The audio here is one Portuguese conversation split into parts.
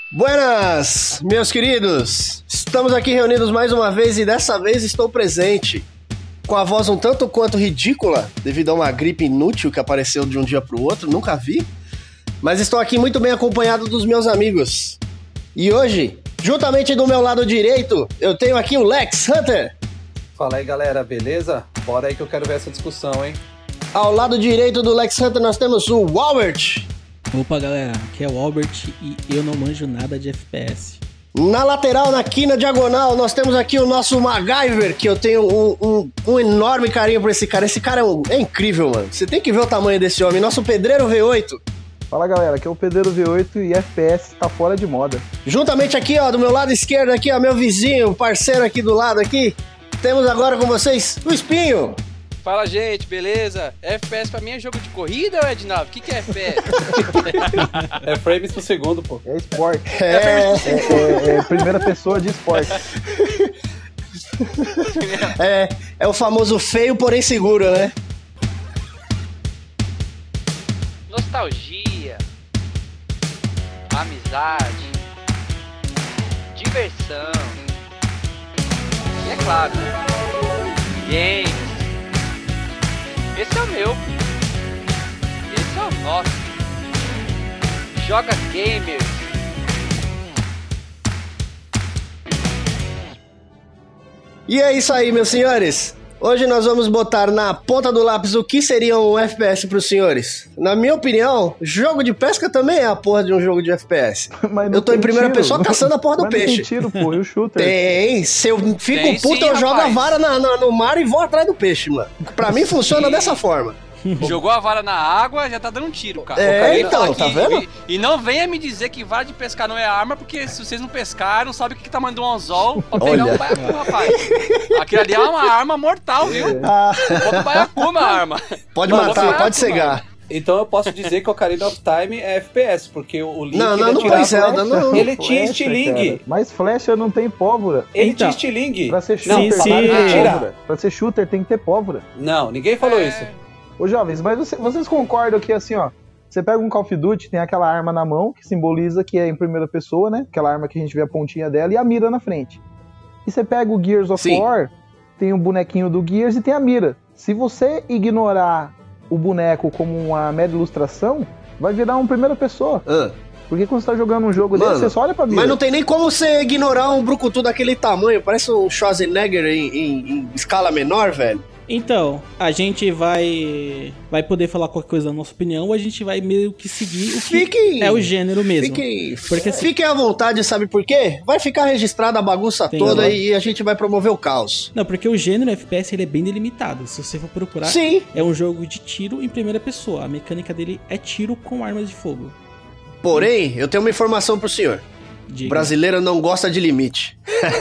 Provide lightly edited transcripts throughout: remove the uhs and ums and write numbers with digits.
Buenas, meus queridos! Estamos aqui reunidos mais uma vez e dessa vez estou presente. Com a voz um tanto quanto ridícula, devido a uma gripe inútil que apareceu de um dia pro outro, nunca vi. Mas estou aqui muito bem acompanhado dos meus amigos. E hoje, juntamente do meu lado direito, eu tenho aqui o Lex Hunter. Fala aí, galera, beleza? Bora aí que eu quero ver essa discussão, hein? Ao lado direito do Lex Hunter nós temos o Albert. Opa, galera, aqui é o Albert e eu não manjo nada de FPS. Na lateral, na quina diagonal, nós temos aqui o nosso MacGyver, que eu tenho um enorme carinho por esse cara. Esse cara é incrível, mano. Você tem que ver o tamanho desse homem. Nosso Pedreiro V8. Fala, galera, aqui é o Pedreiro V8 e FPS tá fora de moda. Juntamente aqui, ó, do meu lado esquerdo aqui, ó, meu vizinho, parceiro aqui do lado aqui, temos agora com vocês o Espinho. Fala, gente, beleza? FPS pra mim é jogo de corrida ou é de nave? O que é FPS? É frames por segundo, pô. É esporte. É primeira pessoa de esporte. É o famoso feio, porém seguro, né? Nostalgia, amizade, diversão e, é claro, games. Esse é o meu. Esse é o nosso. Joga Gamers. E é isso aí, meus senhores. Hoje nós vamos botar na ponta do lápis o que seria um FPS pros senhores. Na minha opinião, jogo de pesca também é a porra de um jogo de FPS. Eu tô em primeira pessoa caçando a porra do peixe. Tem tiro, pô, e o shooter? Tem. Se eu fico Tem, puto, sim, eu jogo a rapaz. vara no mar e vou atrás do peixe, mano. Pra mim funciona dessa forma. Jogou a vara na água, já tá dando um tiro, cara. É, Ele então, fala tá que- vendo? E não venha me dizer que vara de pescar não é arma, porque se vocês não pescaram, não sabem o que tá mandando um anzol pra pegar Olha. um baiacu, rapaz. Aquilo ali é uma arma mortal, viu? Bota o baiacu na arma. Pode Não, matar, você pode cegar. Então eu posso dizer que o Ocarina of Time é FPS, porque o Link Não, ele não atirava- põe Zelda, não. Ele tinha Flecha, estilingue. cara. Mas flecha não tem pólvora. Ele Então, tinha estilingue. Pra ser Não, shooter, sim, tem que ter sim. pólvora. Pra ser shooter tem que ter pólvora. Não, ninguém falou isso. Ô, jovens, mas vocês concordam que assim, ó, você pega um Call of Duty, tem aquela arma na mão, que simboliza que é em primeira pessoa, né? Aquela arma que a gente vê a pontinha dela e a mira na frente. E você pega o Gears of Sim. War, tem o bonequinho do Gears e tem a mira. Se você ignorar o boneco como uma mera ilustração, vai virar uma primeira pessoa. Porque quando você tá jogando um jogo Mano, desse, você só olha pra mira. Mas não tem nem como você ignorar um brucutu daquele tamanho. Parece um Schwarzenegger em escala menor, velho. Então, a gente vai poder falar qualquer coisa da nossa opinião ou a gente vai meio que seguir o que Fiquem- é o gênero mesmo. Porque fiquem à vontade, sabe por quê? Vai ficar registrada a bagunça Tem toda razão. e a gente vai promover o caos. Não, porque o gênero FPS ele é bem delimitado. Se você for procurar, Sim, é um jogo de tiro em primeira pessoa. A mecânica dele é tiro com armas de fogo. porém, eu tenho uma informação pro senhor. O Diga. brasileiro não gosta de limite.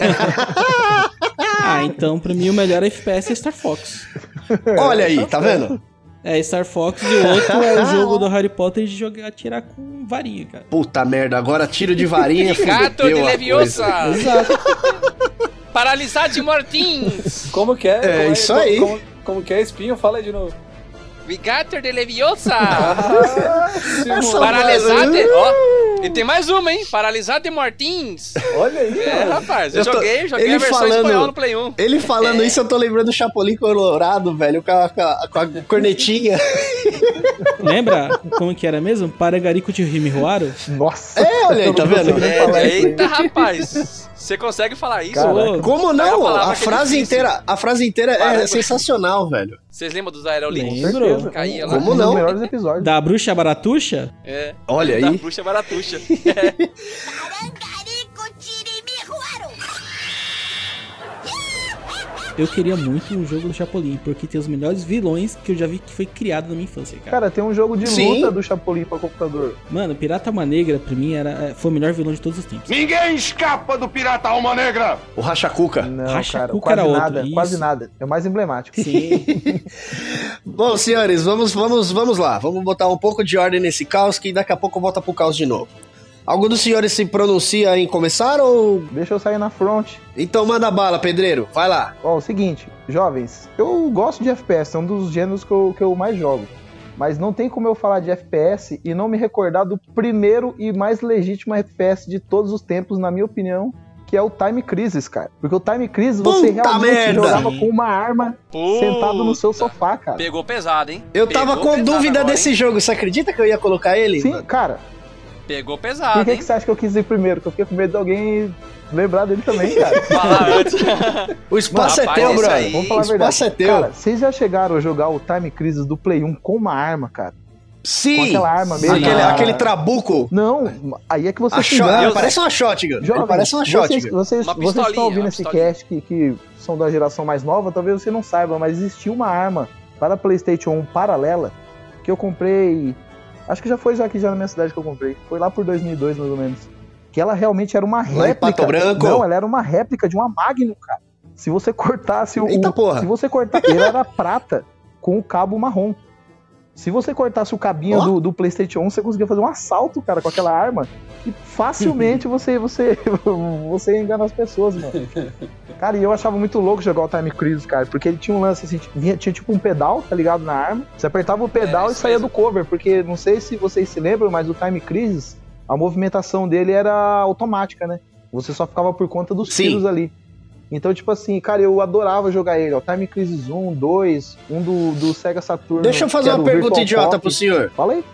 Ah, então pra mim o melhor FPS é Star Fox. Olha aí, tá vendo? É Star Fox e o outro é o jogo do Harry Potter de jogar, atirar com varinha, cara. Puta merda, agora tiro de varinha Gato de fudeu a Leviosa. coisa. Exato. Paralisar de mortins. Como que é? É, Como isso aí. Como que é, Espinho? Fala aí de novo. Gato de Leviosa. Essa Paralisar voz- de... Ó, e tem mais uma, hein? Paralisar de mortins. Olha aí, É, mano. rapaz, eu Eu tô- joguei ele a versão falando- espanhola no Play 1. Ele falando isso, eu tô lembrando do Chapolin Colorado, velho, com a cornetinha. Lembra como que era mesmo? Paragarico de Himihuaro? Nossa. É, olha aí, tá Eu não vendo? consigo nem falar isso aí. Eita, rapaz. Você consegue falar isso? Caraca. Ô? Como É não? uma palavra A que é frase difícil. inteira é Caramba. sensacional, velho. Vocês lembram dos aerolinks? Lembro. Certeza. Caía lá. Como Um não? dos melhores episódios. Da bruxa baratuxa? É. Olha Da aí. bruxa baratuxa. Eu queria muito um jogo do Chapolin, porque tem os melhores vilões que eu já vi que foi criado na minha infância, cara. Cara, tem um jogo de Sim. luta do Chapolin pra computador. Mano, Pirata Alma Negra, pra mim, foi o melhor vilão de todos os tempos. Ninguém escapa do Pirata Alma Negra! O Rachacuca. Não, Racha cara, Cuca quase era outro, nada, isso. quase nada. É o mais emblemático. Sim. Bom, senhores, vamos lá. Vamos botar um pouco de ordem nesse caos, que daqui a pouco volta pro caos de novo. Algum dos senhores se pronuncia em começar ou... Deixa eu sair na front. Então manda bala, pedreiro. Vai lá. Ó, o seguinte, jovens, eu gosto de FPS, é um dos gêneros que eu mais jogo. Mas não tem como eu falar de FPS e não me recordar do primeiro e mais legítimo FPS de todos os tempos, na minha opinião, que é o Time Crisis, cara. Porque o Time Crisis você realmente jogava com uma arma sentado no seu sofá, cara. Pegou pesado, hein? Eu tava com dúvida agora, desse jogo. Você acredita que eu ia colocar ele? Sim, cara. Pegou pesado, Por que você acha que eu quis ir primeiro? Porque eu fiquei com medo de alguém lembrar dele também, cara. Falar antes. O espaço é teu, bro. Vamos falar a verdade. O espaço é teu. Cara, vocês já chegaram a jogar o Time Crisis do Play 1 com uma arma, cara? Sim. Com aquela arma mesmo. Aquele trabuco. Não, aí é que você se engana. Parece uma shotgun. Jovem, Parece uma shotgun. Vocês estão ouvindo esse cast que são da geração mais nova, talvez você não saiba, mas existia uma arma para PlayStation 1 paralela que eu comprei. Acho que já foi aqui já na minha cidade que eu comprei. Foi lá por 2002, mais ou menos. Que ela realmente era uma réplica. Lá em Pato Branco? Não, ela era uma réplica de uma Magnum, cara. Se você cortasse porra. Se você cortar, ele era prata com o cabo marrom. Se você cortasse o cabinho do PlayStation 1, você conseguia fazer um assalto, cara, com aquela arma. Que facilmente você ia enganar as pessoas, mano. Cara, e eu achava muito louco jogar o Time Crisis, cara, porque ele tinha um lance assim, tinha tipo um pedal, tá ligado, na arma. Você apertava o pedal e saía do cover, porque não sei se vocês se lembram, mas o Time Crisis, a movimentação dele era automática, né? Você só ficava por conta dos tiros ali. Então, tipo assim, cara, eu adorava jogar ele, ó. Time Crisis 1, 2, um do Sega Saturn. Deixa eu fazer uma pergunta idiota pro senhor. Fala aí.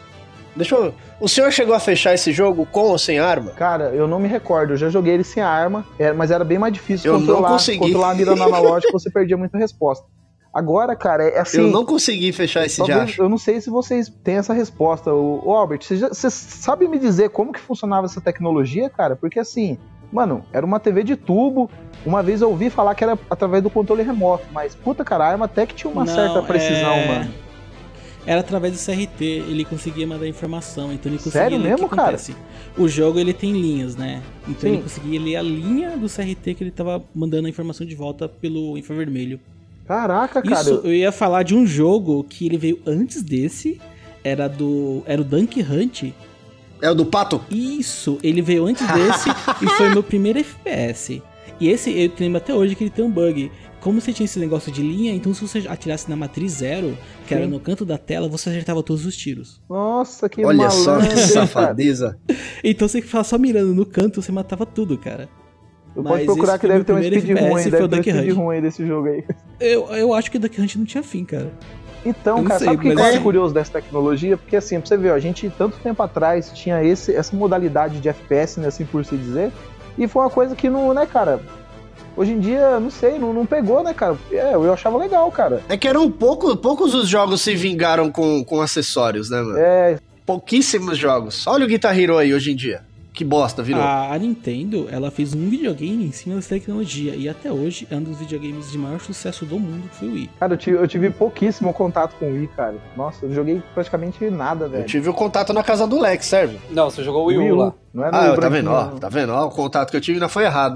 O senhor chegou a fechar esse jogo com ou sem arma? Cara, eu não me recordo. Eu já joguei ele sem arma, mas era bem mais difícil controlar a mira no analógico, você perdia muita resposta. Agora, cara, é assim... Eu não consegui fechar esse diacho. Eu não sei se vocês têm essa resposta. Ô Albert, você sabe me dizer como que funcionava essa tecnologia, cara? Porque assim... Mano, era uma TV de tubo. Uma vez eu ouvi falar que era através do controle remoto. Mas, puta, cara, a arma até que tinha uma certa precisão, mano. Era através do CRT, ele conseguia mandar informação. Então ele conseguia Sério ler mesmo, o que cara? acontece. O jogo, ele tem linhas, né? Então Sim. ele conseguia ler a linha do CRT que ele tava mandando a informação de volta pelo infravermelho. Caraca, cara. Isso, eu ia falar de um jogo que ele veio antes desse. Era o Dunk Hunt. É o do pato? Isso, ele veio antes desse e foi meu primeiro FPS. E esse, eu lembro até hoje que ele tem um bug. Como você tinha esse negócio de linha, então se você atirasse na matriz 0, que era no canto da tela, você acertava todos os tiros. Nossa, que Olha malandro, só que safadeza. Então você ficava só mirando no canto, você matava tudo, cara. Eu posso procurar que deve ter um speed ruim, deve ter um speed ruim desse jogo aí. Eu acho que o Duck Hunt não tinha fim, cara. Então, cara, sabe o que eu acho curioso dessa tecnologia? Porque assim, pra você ver, ó, a gente tanto tempo atrás tinha essa modalidade de FPS, né, assim por se dizer, e foi uma coisa que não, né, cara, hoje em dia, não sei, não pegou, né, cara? Eu achava legal, cara. É que eram poucos os jogos se vingaram com acessórios, né, mano? Pouquíssimos jogos. Olha o Guitar Hero aí hoje em dia. Que bosta, virou. A Nintendo, ela fez um videogame em cima dessa tecnologia. E até hoje é um dos videogames de maior sucesso do mundo, que foi o Wii. Cara, eu tive pouquíssimo contato com o Wii, cara. Nossa, eu joguei praticamente nada, velho. Eu tive o contato na casa do Lex, serve? Não, você jogou o Wii U lá. Não é no tá vendo? Ó, tá vendo? Ó, o contato que eu tive ainda foi errado.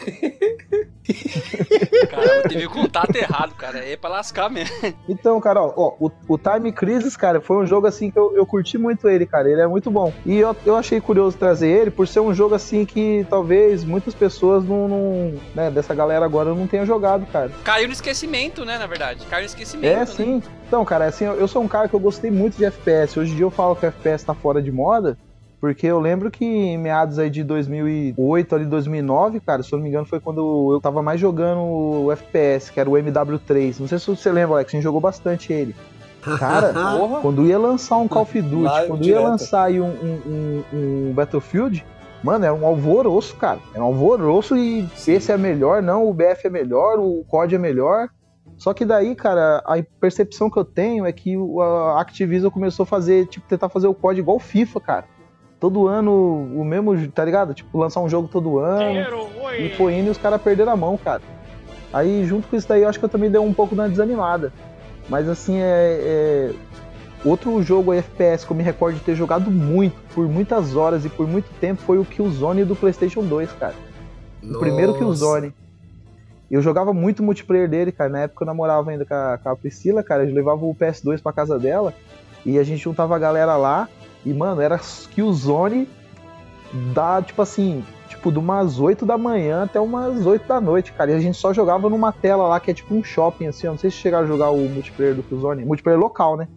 Cara, eu tive o contato errado, cara. É pra lascar mesmo. Então, cara, ó, o Time Crisis, cara, foi um jogo assim que eu curti muito ele, cara. Ele é muito bom. E eu achei curioso trazer ele por ser um jogo assim que talvez muitas pessoas não né, dessa galera agora não tenham jogado, cara. Caiu no esquecimento, né, na verdade. Caiu no esquecimento, né? Sim. Então, cara, assim, eu sou um cara que eu gostei muito de FPS. Hoje em dia eu falo que o FPS tá fora de moda, porque eu lembro que em meados aí de 2008, ali 2009, cara, se eu não me engano, foi quando eu tava mais jogando o FPS, que era o MW3. Não sei se você lembra, Alex, a gente jogou bastante ele. Cara, quando ia lançar um Call of Duty, quando ia lançar aí um Battlefield, mano, era um alvoroço, cara. Era um alvoroço e esse é melhor, não, o BF é melhor, o COD é melhor. Só que daí, cara, a percepção que eu tenho é que a Activision começou a fazer, tipo, tentar fazer o COD igual o FIFA, cara. Todo ano o mesmo, tá ligado? Tipo, lançar um jogo todo ano. E foi indo e os caras perderam a mão, cara. Aí, junto com isso daí, eu acho que eu também dei um pouco na desanimada. Mas, assim, outro jogo FPS que eu me recordo de ter jogado muito, por muitas horas e por muito tempo, foi o Killzone do PlayStation 2, cara. O primeiro Killzone. Eu jogava muito multiplayer dele, cara. Na época eu namorava ainda com a Priscila, cara. Eu levava o PS2 pra casa dela e a gente juntava a galera lá. E, mano, era Killzone tipo assim, de umas 8 da manhã até umas 8 da noite, cara. E a gente só jogava numa tela lá que é tipo um shopping, assim. Eu não sei se chegaram a jogar o multiplayer do Killzone. Multiplayer local, né?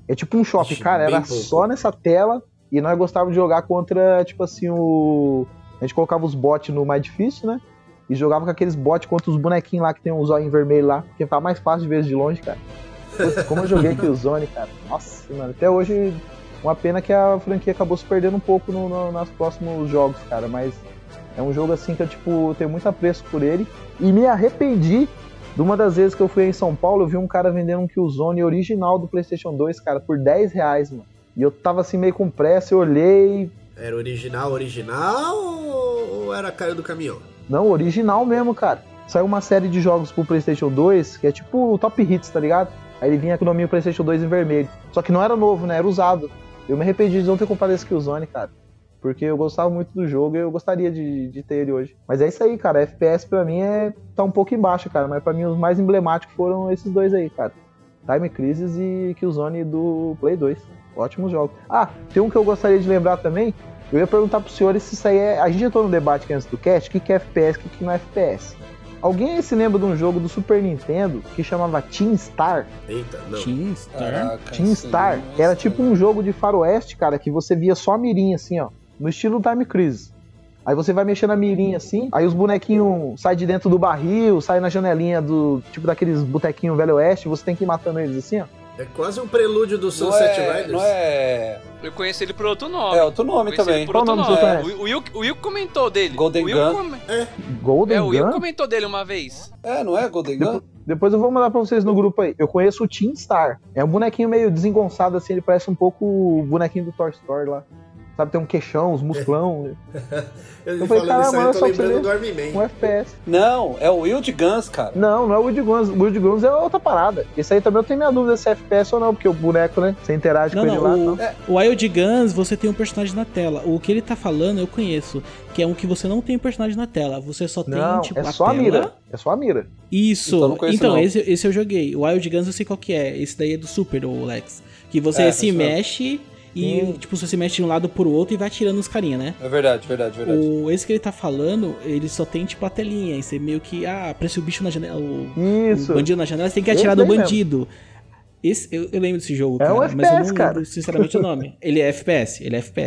É tipo um shopping, Ixi, cara, bem era pouco. só nessa tela e nós gostávamos de jogar contra, tipo assim, a gente colocava os bots no mais difícil, né? E jogava com aqueles bots contra os bonequinhos lá que tem um zóio vermelho lá, porque ficava mais fácil de ver de longe, cara. Putz, como eu joguei Killzone, cara. Nossa, mano, até hoje, uma pena que a franquia acabou se perdendo um pouco nos próximos jogos, cara, mas é um jogo assim que eu, tipo, tenho muito apreço por ele e me arrependi de uma das vezes que eu fui em São Paulo, eu vi um cara vendendo um Killzone original do PlayStation 2, cara, por R$10, mano. E eu tava assim meio com pressa, eu olhei... Era original ou era caiu do caminhão? Não, original mesmo, cara. Saiu uma série de jogos pro PlayStation 2, que é tipo o Top Hits, tá ligado? Aí ele vinha com o nome PlayStation 2 em vermelho. Só que não era novo, né? Era usado. Eu me arrependi de não ter comprado esse Killzone, cara. Porque eu gostava muito do jogo e eu gostaria de ter ele hoje. Mas é isso aí, cara. FPS pra mim tá um pouco embaixo, cara. Mas pra mim os mais emblemáticos foram esses dois aí, cara. Time Crisis e Killzone do Play 2. Ótimos jogos. Ah, tem um que eu gostaria de lembrar também. Eu ia perguntar pros senhores se isso aí é... A gente entrou no debate aqui antes do cast, o que é FPS e o que não é FPS. Alguém se lembra de um jogo do Super Nintendo que chamava Team Star? Eita, não. Team Star? Caraca, Team Star era tipo um jogo de faroeste, cara, que você via só a mirinha assim, ó, no estilo Time Crisis. Aí você vai mexendo a mirinha assim, aí os bonequinhos saem de dentro do barril, saem na janelinha do tipo daqueles botequinhos Velho Oeste, você tem que ir matando eles assim, ó. É quase um prelúdio do Sunset Riders. Não é... Eu conheço ele por outro nome. É outro nome Conheço também. ele por Qual outro nome você conhece? O Will comentou dele. Golden O Will Gun. Golden o Will Gun? comentou dele uma vez. Não é Golden Gun? Depois eu vou mandar pra vocês no grupo aí. Eu conheço o Team Star. É um bonequinho meio desengonçado assim, ele parece um pouco o bonequinho do Toy Story lá. Sabe, tem um queixão, uns musclão. Eu falei, falando isso aí, eu tô só pra lembrando você do Army ver, Man. um FPS. Não, é o Wild Guns, cara. Não é o Wild Guns. O Wild Guns é outra parada. Esse aí também eu tenho minha dúvida se é FPS ou não, porque o boneco, né, você interage Não, com ele lá. não, Então. o Wild Guns, você tem um personagem na tela. O que ele tá falando, eu conheço. Que é um que você não tem um personagem na tela. Você só tem, Não, tipo, é a só tela. a mira. É só a mira. Isso. Então não conheço, Então, não. esse eu joguei. O Wild Guns eu sei qual que é. Esse daí é do Super, o Lex. Que você se isso mesmo. mexe e, tipo, você se mexe de um lado pro outro e vai tirando os carinha, né? É verdade. Esse que ele tá falando, ele só tem, tipo, a telinha. E você meio que, aparece o bicho na janela, o Isso. bandido na janela, você tem que Esse atirar no daí mesmo. bandido. Eu lembro desse jogo, É cara, um mas eu FPS, não cara. lembro sinceramente o nome. Ele é FPS.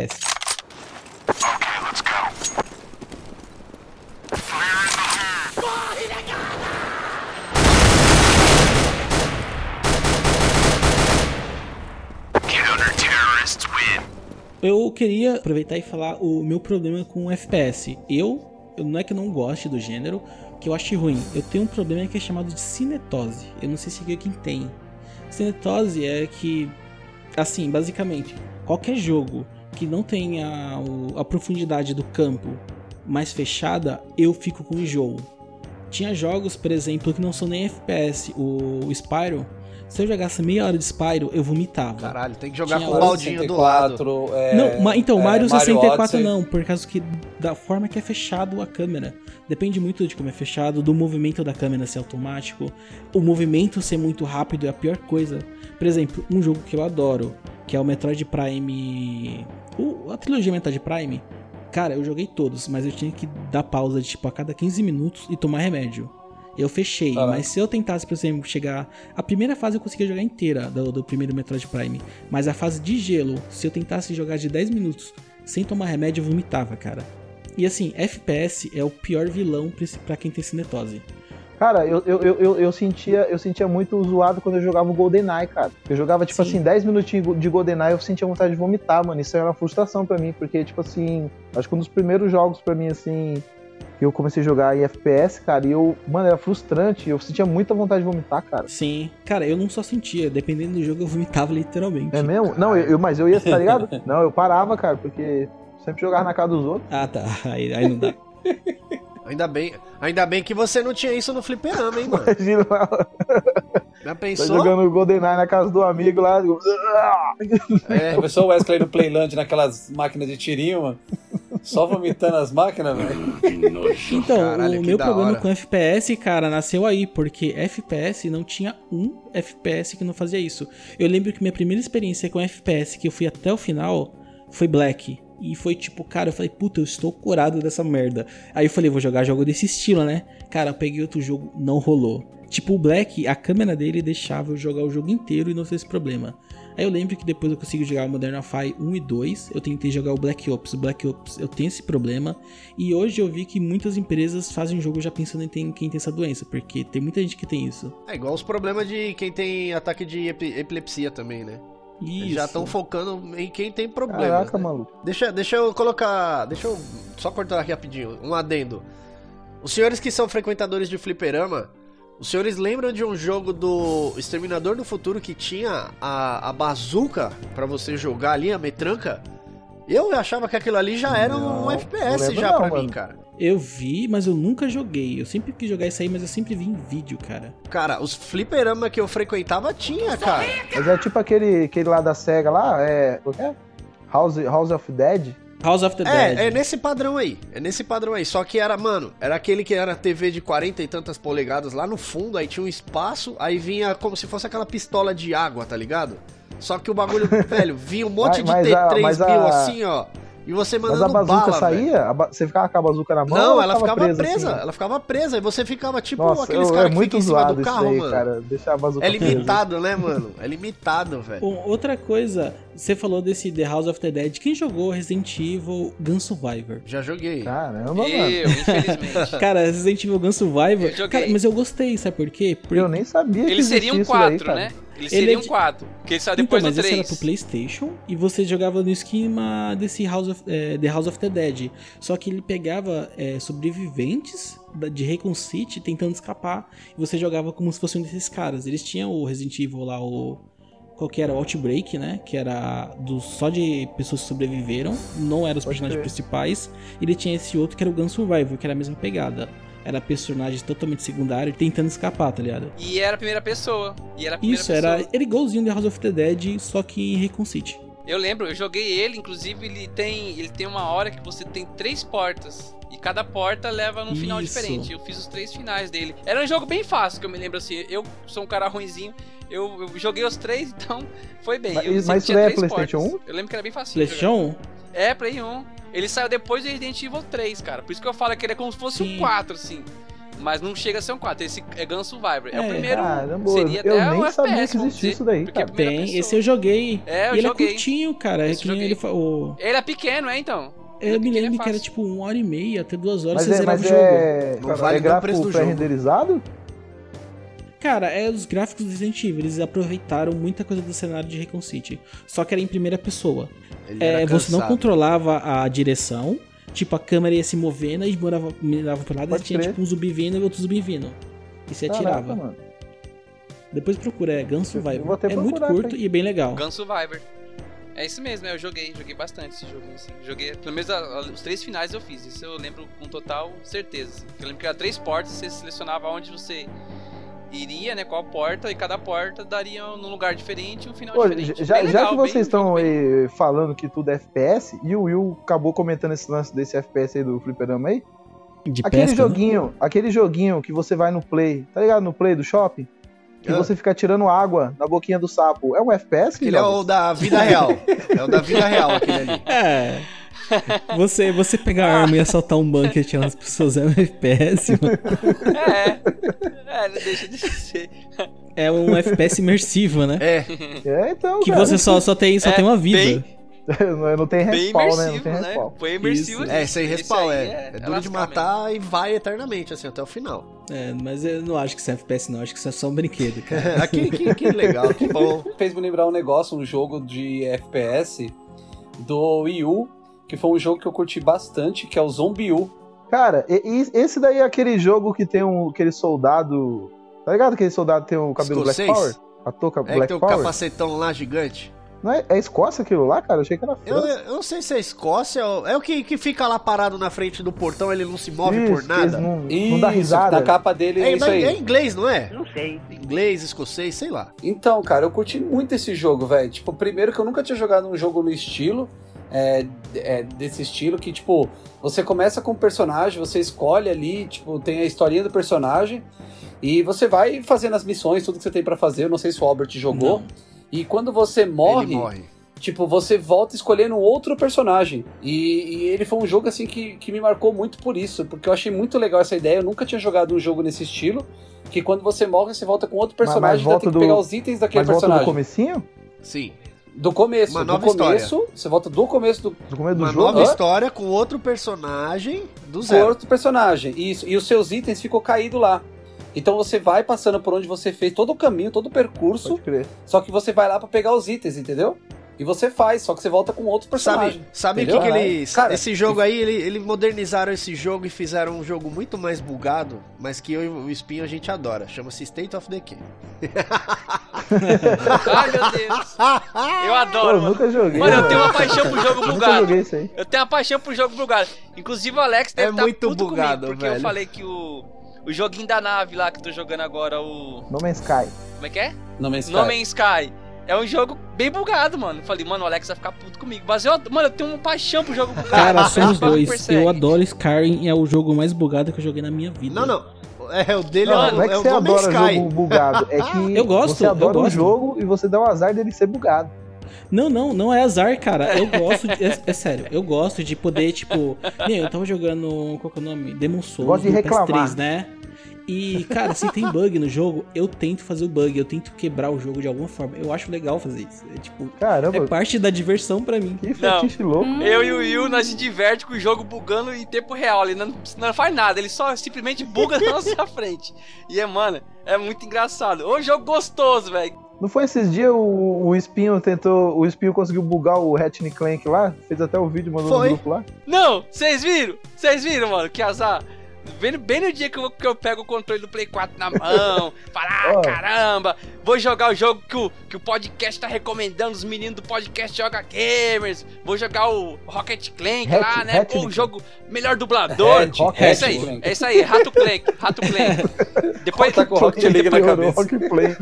Eu queria aproveitar e falar o meu problema com o FPS. Eu não é que eu não goste do gênero, que eu acho ruim. Eu tenho um problema que é chamado de cinetose. Eu não sei se é quem tem. Cinetose é que, assim, basicamente, qualquer jogo que não tenha a profundidade do campo mais fechada, eu fico com enjoo. Tinha jogos, por exemplo, que não são nem FPS. O Spyro, se eu jogasse meia hora de Spyro, eu vomitava. Caralho, tem que jogar Tinha com o baldinho do lado. Não, Mario 64 Odyssey. não, por causa que da forma que é fechado a câmera. Depende muito de como é fechado, do movimento da câmera ser automático. O movimento ser muito rápido é a pior coisa. Por exemplo, um jogo que eu adoro, que é o Metroid Prime... a trilogia Metroid Prime. Cara, eu joguei todos, mas eu tinha que dar pausa de tipo a cada 15 minutos e tomar remédio. Eu fechei, mas se eu tentasse, por exemplo, chegar... A primeira fase eu conseguia jogar inteira do primeiro Metroid Prime. Mas a fase de gelo, se eu tentasse jogar de 10 minutos sem tomar remédio, eu vomitava, cara. E assim, FPS é o pior vilão pra quem tem cinetose. Cara, eu sentia muito zoado quando eu jogava o GoldenEye, cara. Eu jogava, tipo assim, 10 minutinhos de GoldenEye, eu sentia vontade de vomitar, mano. Isso era uma frustração pra mim, porque, tipo assim, acho que um dos primeiros jogos pra mim, assim, que eu comecei a jogar em FPS, cara, e mano, era frustrante, eu sentia muita vontade de vomitar, cara. Sim. Cara, eu não só sentia, dependendo do jogo, eu vomitava literalmente. É mesmo? Não, mas eu ia, tá ligado? Não, eu parava, cara, porque sempre jogava na casa dos outros. Ah, tá. Aí não dá. Ainda bem que você não tinha isso no fliperama, hein, mano. Imagina, Já tá pensou? jogando o GoldenEye na casa do amigo lá. É, Começou o Wesley no Playland naquelas máquinas de tirinho, mano. Só vomitando as máquinas, velho. Então, Caralho, o que meu da problema hora. com FPS, cara, nasceu aí, porque FPS não tinha um FPS que não fazia isso. Eu lembro que minha primeira experiência com FPS, que eu fui até o final, foi Black. E foi tipo, cara, eu falei, puta, eu estou curado dessa merda. Aí eu falei, vou jogar jogo desse estilo, né? Cara, eu peguei outro jogo, não rolou. Tipo, o Black, a câmera dele deixava eu jogar o jogo inteiro e não ter esse problema. Aí eu lembro que depois eu consegui jogar o Modern Warfare 1 e 2, eu tentei jogar o Black Ops. O Black Ops eu tenho esse problema, e hoje eu vi que muitas empresas fazem jogo já pensando em quem tem essa doença, porque tem muita gente que tem isso. É igual os problemas de quem tem ataque de epilepsia também, né? Isso. Eles já estão focando em quem tem problema. Caraca, né? maluco. Deixa eu colocar... Deixa eu só cortar aqui rapidinho, um adendo. Os senhores que são frequentadores de fliperama, os senhores lembram de um jogo do Exterminador do Futuro que tinha a bazuca pra você jogar ali, a metranca? Eu achava que aquilo ali já era um FPS já pra mim, cara. Eu vi, mas eu nunca joguei. Eu sempre quis jogar isso aí, mas eu sempre vi em vídeo, cara. Cara, os fliperama que eu frequentava tinha, cara. Mas é tipo aquele lá da SEGA lá, o que é? House of Dead? House of the Dead. É nesse padrão aí. É nesse padrão aí. Só que era, mano, era aquele que era TV de 40 e tantas polegadas lá no fundo, aí tinha um espaço, aí vinha como se fosse aquela pistola de água, tá ligado? Só que o bagulho, velho, vinha um monte de T3000 assim, ó. E você mandando bala, mas a bazuca saía? Você ficava com a bazuca na mão? Não, ou ela ficava presa. Assim? Ela ficava presa. E você ficava tipo Nossa, aqueles caras que ficam em cima do carro, daí, mano. Cara. Deixar a bazuca é limitado, né, mano? É limitado, velho. Bom, outra coisa, você falou desse The House of the Dead. Quem jogou Resident Evil Gun Survivor? Já joguei. Caramba, mano. Infelizmente. Cara, Resident Evil Gun Survivor... Eu joguei. Cara, mas eu gostei, sabe por quê? Porque... Eu nem sabia que Eles existia seriam isso 4, daí, né? cara. Eles seriam 4. Porque eles saíram depois então, do mas 3. esse era pro PlayStation e você jogava no esquema desse The House of the Dead. Só que ele pegava sobreviventes de Raccoon City tentando escapar e você jogava como se fosse um desses caras. Eles tinham o Resident Evil lá, qual que era? O Outbreak, né? Que era só de pessoas que sobreviveram, não eram os personagens principais. E ele tinha esse outro que era o Gun Survivor, que era a mesma pegada. Era personagem totalmente secundário tentando escapar, tá ligado? E era a primeira pessoa. Era igualzinho The House of the Dead, só que em Raccoon City. Eu lembro, eu joguei ele, inclusive ele tem uma hora que você tem 3 portas. E cada porta leva num final diferente. Eu fiz os 3 finais dele. Era um jogo bem fácil, que eu me lembro assim. Eu sou um cara ruinzinho. Eu joguei os 3, então foi bem. Mas isso daí é PlayStation 1? Eu lembro que era bem fácil. PlayStation 1? É, Play 1. Ele saiu depois do Resident Evil 3, cara. Por isso que eu falo que ele é como se fosse um 4, assim. Mas não chega a ser um 4. Esse é Gun Survivor. É o primeiro. Caramba, seria eu até nem o sabia FPS, que existia isso daí, cara. Tem, esse eu joguei. Eu e ele joguei. é curtinho, cara. Esse eu joguei. Ele é pequeno, então. Eu me lembro que era tipo 1h30 até 2 horas mas você zerava o jogo. Não vale o preço do jogo. Pré-renderizado? Cara, os gráficos do Resident Evil, eles aproveitaram muita coisa do cenário de Raccoon City. Só que era em primeira pessoa. Você não controlava a direção. Tipo, a câmera ia se movendo e mirava pro lado e tinha tipo um zumbi vindo e outro zumbi vindo. E você atirava. Mano. Depois procura, Gun Survivor. É muito procurar, curto e bem legal. Gun Survivor. É isso mesmo, eu joguei bastante esse jogo, assim. Joguei, pelo menos os 3 finais eu fiz, isso eu lembro com total certeza, assim. Eu lembro que era 3 portas, você selecionava onde você iria, né, qual porta, e cada porta daria num lugar diferente, um final diferente. Já que vocês estão aí falando que tudo é FPS, e o Will acabou comentando esse lance desse FPS aí do fliperama aí, aquele joguinho que você vai no Play, tá ligado, no Play do shopping? Que você fica tirando água na boquinha do sapo. É um FPS? Ele é o da vida real. É o da vida real, aquele ali. Você pegar a arma e assaltar um banco e atirar as pessoas é um FPS, mano. Não deixa de ser. É um FPS imersivo, né? Então, que cara, você só tem uma vida. Não tem respawn, né? Não tem respawn. Foi imersivo. Sem respawn, é duro de matar mesmo. E vai eternamente, assim, até o final. Mas eu não acho que isso é FPS, não. Acho que isso é só um brinquedo, cara. Que legal, que bom. Fez me lembrar um jogo de FPS do Wii U, que foi um jogo que eu curti bastante, que é o Zombie U. Cara, esse daí é aquele jogo que tem aquele soldado... Tá ligado? Aquele soldado que tem o cabelo Escocês? Black Power? A touca Black que tem Power? um capacetão lá gigante. Não é Escócia aquilo lá, cara? Eu achei que era França. Eu não sei se é Escócia. É o que fica lá parado na frente do portão, ele não se move por nada. Não dá risada. Na capa dele é isso aí. É inglês, não é? Não sei. Inglês, escocês, sei lá. Então, cara, eu curti muito esse jogo, velho. Tipo, primeiro que eu nunca tinha jogado um jogo no estilo, desse estilo, que, tipo, você começa com o personagem, você escolhe ali, tipo, tem a historinha do personagem, e você vai fazendo as missões, tudo que você tem pra fazer. Eu não sei se o Albert jogou. Não. E quando você morre, tipo, você volta escolhendo outro personagem. E ele foi um jogo, assim, que me marcou muito por isso. Porque eu achei muito legal essa ideia. Eu nunca tinha jogado um jogo nesse estilo. Que quando você morre, você volta com outro personagem e tem que pegar os itens daquele personagem. Volta do comecinho? Sim. Do começo. Uma nova história. Você volta do começo do começo do Uma jogo. nova história com outro personagem do com zero. outro personagem. Isso. E os seus itens ficam caídos lá. Então você vai passando por onde você fez todo o caminho, todo o percurso. Pode crer. Só que você vai lá pra pegar os itens, entendeu? E você faz, só que você volta com outro personagem. Sabe o que entendeu? eles... Cara, esse jogo aí, eles modernizaram esse jogo e fizeram um jogo muito mais bugado, mas que eu e o Espinho a gente adora. Chama-se State of Decay. Ai, meu Deus. Eu Pô, adoro, eu mano. nunca joguei. Mano, eu mano. tenho uma paixão pro jogo Nunca bugado. joguei isso aí. Eu tenho uma paixão pro jogo bugado. Inclusive o Alex deve estar muito puto bugado, comigo, porque velho. eu falei que o joguinho da nave lá que eu tô jogando agora, o... No Man's Sky. Como é que é? No Man's Sky. No Man's Sky. É um jogo bem bugado, mano. Eu falei, mano, o Alex vai ficar puto comigo. Mas eu tenho uma paixão pro jogo bugado. Cara, somos Esse bagulho dois. persegue. Eu adoro Skyrim, é o jogo mais bugado que eu joguei na minha vida. Não. É, o dele Não, é não é o, que é o você No Man's adora Sky. jogo bugado. É que Eu gosto, você adora eu o gosto. jogo e você dá o azar dele ser bugado. Não é azar, cara. Eu gosto, é sério, eu gosto de poder, tipo... Eu tava jogando, qual que é o nome? Demon Souls Gosto de no reclamar. PS3, né? E, cara, se tem bug no jogo, eu tento fazer o bug, eu tento quebrar o jogo de alguma forma. Eu acho legal fazer isso. É tipo, Caramba, é parte da diversão pra mim. que fetiche louco. Eu e o Will, nós se diverte com o jogo bugando em tempo real. Ele não faz nada, ele só simplesmente buga na nossa frente. E mano, é muito engraçado. Ô, jogo gostoso, velho. Não foi esses dias o Espinho tentou. O Espinho conseguiu bugar o Ratchet & Clank lá? Fez até o vídeo, mandou Foi. no grupo lá? Não, vocês viram? Mano? Que azar. Bem no dia que eu pego o controle do Play 4 na mão, falo, caramba, vou jogar o jogo que o podcast tá recomendando, os meninos do podcast Joga Gamers, vou jogar o Rocket Clank lá, né? Pô, o jogo melhor dublador. É isso aí, Rato Clank. Depois Tá com o Rocket League na cabeça. Rockplay.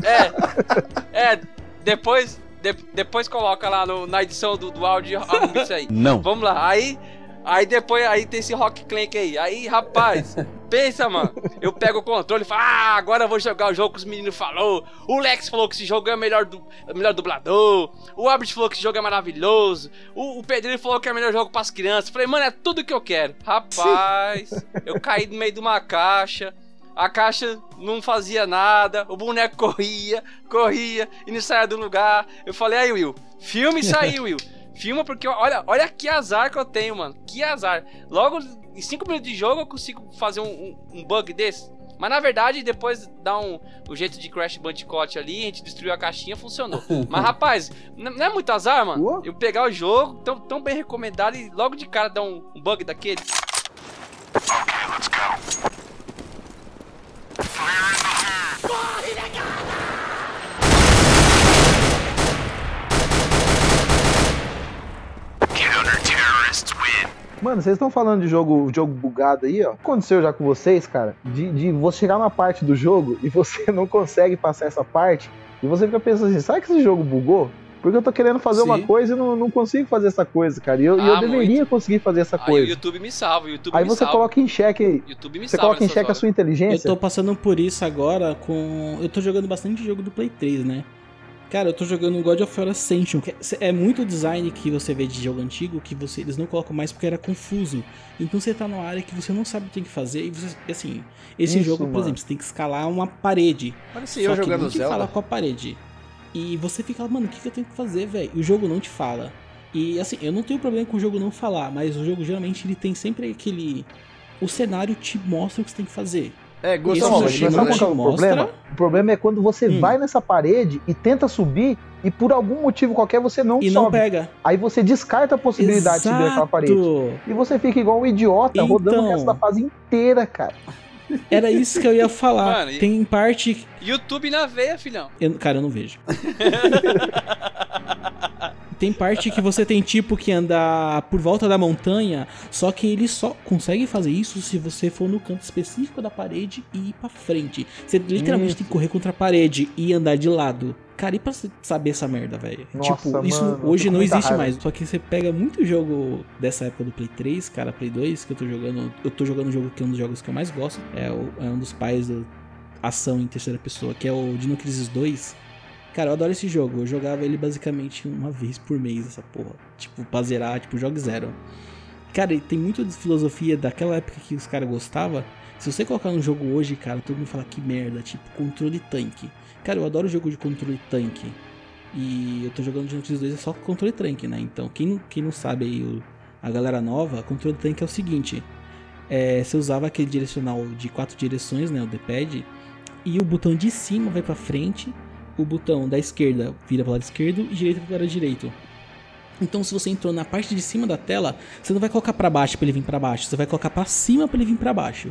Depois coloca lá na edição do áudio, arruma isso aí. Não. Vamos lá, aí depois tem esse Rock Clank aí. Aí, rapaz, pensa, mano. Eu pego o controle e falo, agora eu vou jogar o jogo que os meninos falou. O Lex falou que esse jogo é o melhor dublador. O Abrit falou que esse jogo é maravilhoso. O Pedrinho falou que é o melhor jogo pras crianças. Falei, mano, é tudo que eu quero. Rapaz, eu caí no meio de uma caixa. A caixa não fazia nada. O boneco corria e não saía do lugar. Eu falei, aí, Will, filma isso aí, Will. Filma porque, olha que azar que eu tenho, mano. Que azar. Logo, em 5 minutos de jogo, eu consigo fazer um bug desse. Mas, na verdade, depois dá o jeito de Crash Bandicoot ali, a gente destruiu a caixinha, funcionou. Mas, rapaz, não é muito azar, mano? Eu pegar o jogo, tão bem recomendado, e logo de cara dar um bug daquele. Okay, let's go. Counter-terrorists win. Mano, vocês estão falando de jogo bugado aí, ó. Aconteceu já com vocês, cara, de você chegar numa parte do jogo e você não consegue passar essa parte, e você fica pensando assim, será que esse jogo bugou? Porque eu tô querendo fazer uma coisa e não consigo fazer essa coisa, cara. E eu deveria conseguir fazer essa coisa. Aí o YouTube me salva, Aí você coloca em xeque. Você coloca em xeque a sua inteligência. Eu tô passando por isso agora com... Eu tô jogando bastante jogo do Play 3, né? Cara, eu tô jogando God of War Ascension, que é muito design que você vê de jogo antigo, que eles não colocam mais porque era confuso. Então você tá numa área que você não sabe o que tem que fazer, e você, assim, esse Isso, jogo, por exemplo, você tem que escalar uma parede. Parecia eu jogando não te Zelda. fala com a parede. E você fica, mano, o que eu tenho que fazer, velho? E o jogo não te fala. E assim, eu não tenho problema com o jogo não falar, mas o jogo geralmente ele tem sempre aquele... O cenário te mostra o que você tem que fazer. Gostoso. Esse jogo Sabe não qual é o problema? O problema é quando você vai nessa parede e tenta subir e por algum motivo qualquer você não E sobe. não pega. Aí você descarta a possibilidade de subir aquela parede. E você fica igual um idiota rodando o resto da fase inteira, cara. Era isso que eu ia falar. Mano, tem parte... YouTube na veia, filhão. Cara, eu não vejo. Tem parte que você tem tipo que andar por volta da montanha, só que ele só consegue fazer isso se você for no canto específico da parede e ir pra frente. Você literalmente tem que correr contra a parede e andar de lado. Cara, e pra você saber essa merda, velho? Tipo, Nossa, isso mano, hoje não existe raiva. mais. Só que você pega muito jogo dessa época do Play 3, cara, Play 2, que eu tô jogando. Eu tô jogando um jogo que é um dos jogos que eu mais gosto. É um dos pais da ação em terceira pessoa, que é o Dino Crisis 2. Cara, eu adoro esse jogo. Eu jogava ele basicamente uma vez por mês, essa porra. Tipo, pra zerar, tipo, jogo zero. Cara, e tem muito de filosofia daquela época que os caras gostavam. Se você colocar um jogo hoje, cara, todo mundo fala que merda. Tipo, controle tanque. Cara, eu adoro jogo de controle tanque. E eu tô jogando Geometry 2 só com controle tanque, né? Então, quem não sabe aí, a galera nova, controle tanque é o seguinte: você usava aquele direcional de 4 direções, né? O D-pad, e o botão de cima vai pra frente, o botão da esquerda vira pro lado esquerdo e direita pro lado direito. Então, se você entrou na parte de cima da tela, você não vai colocar pra baixo pra ele vir pra baixo, você vai colocar pra cima pra ele vir pra baixo.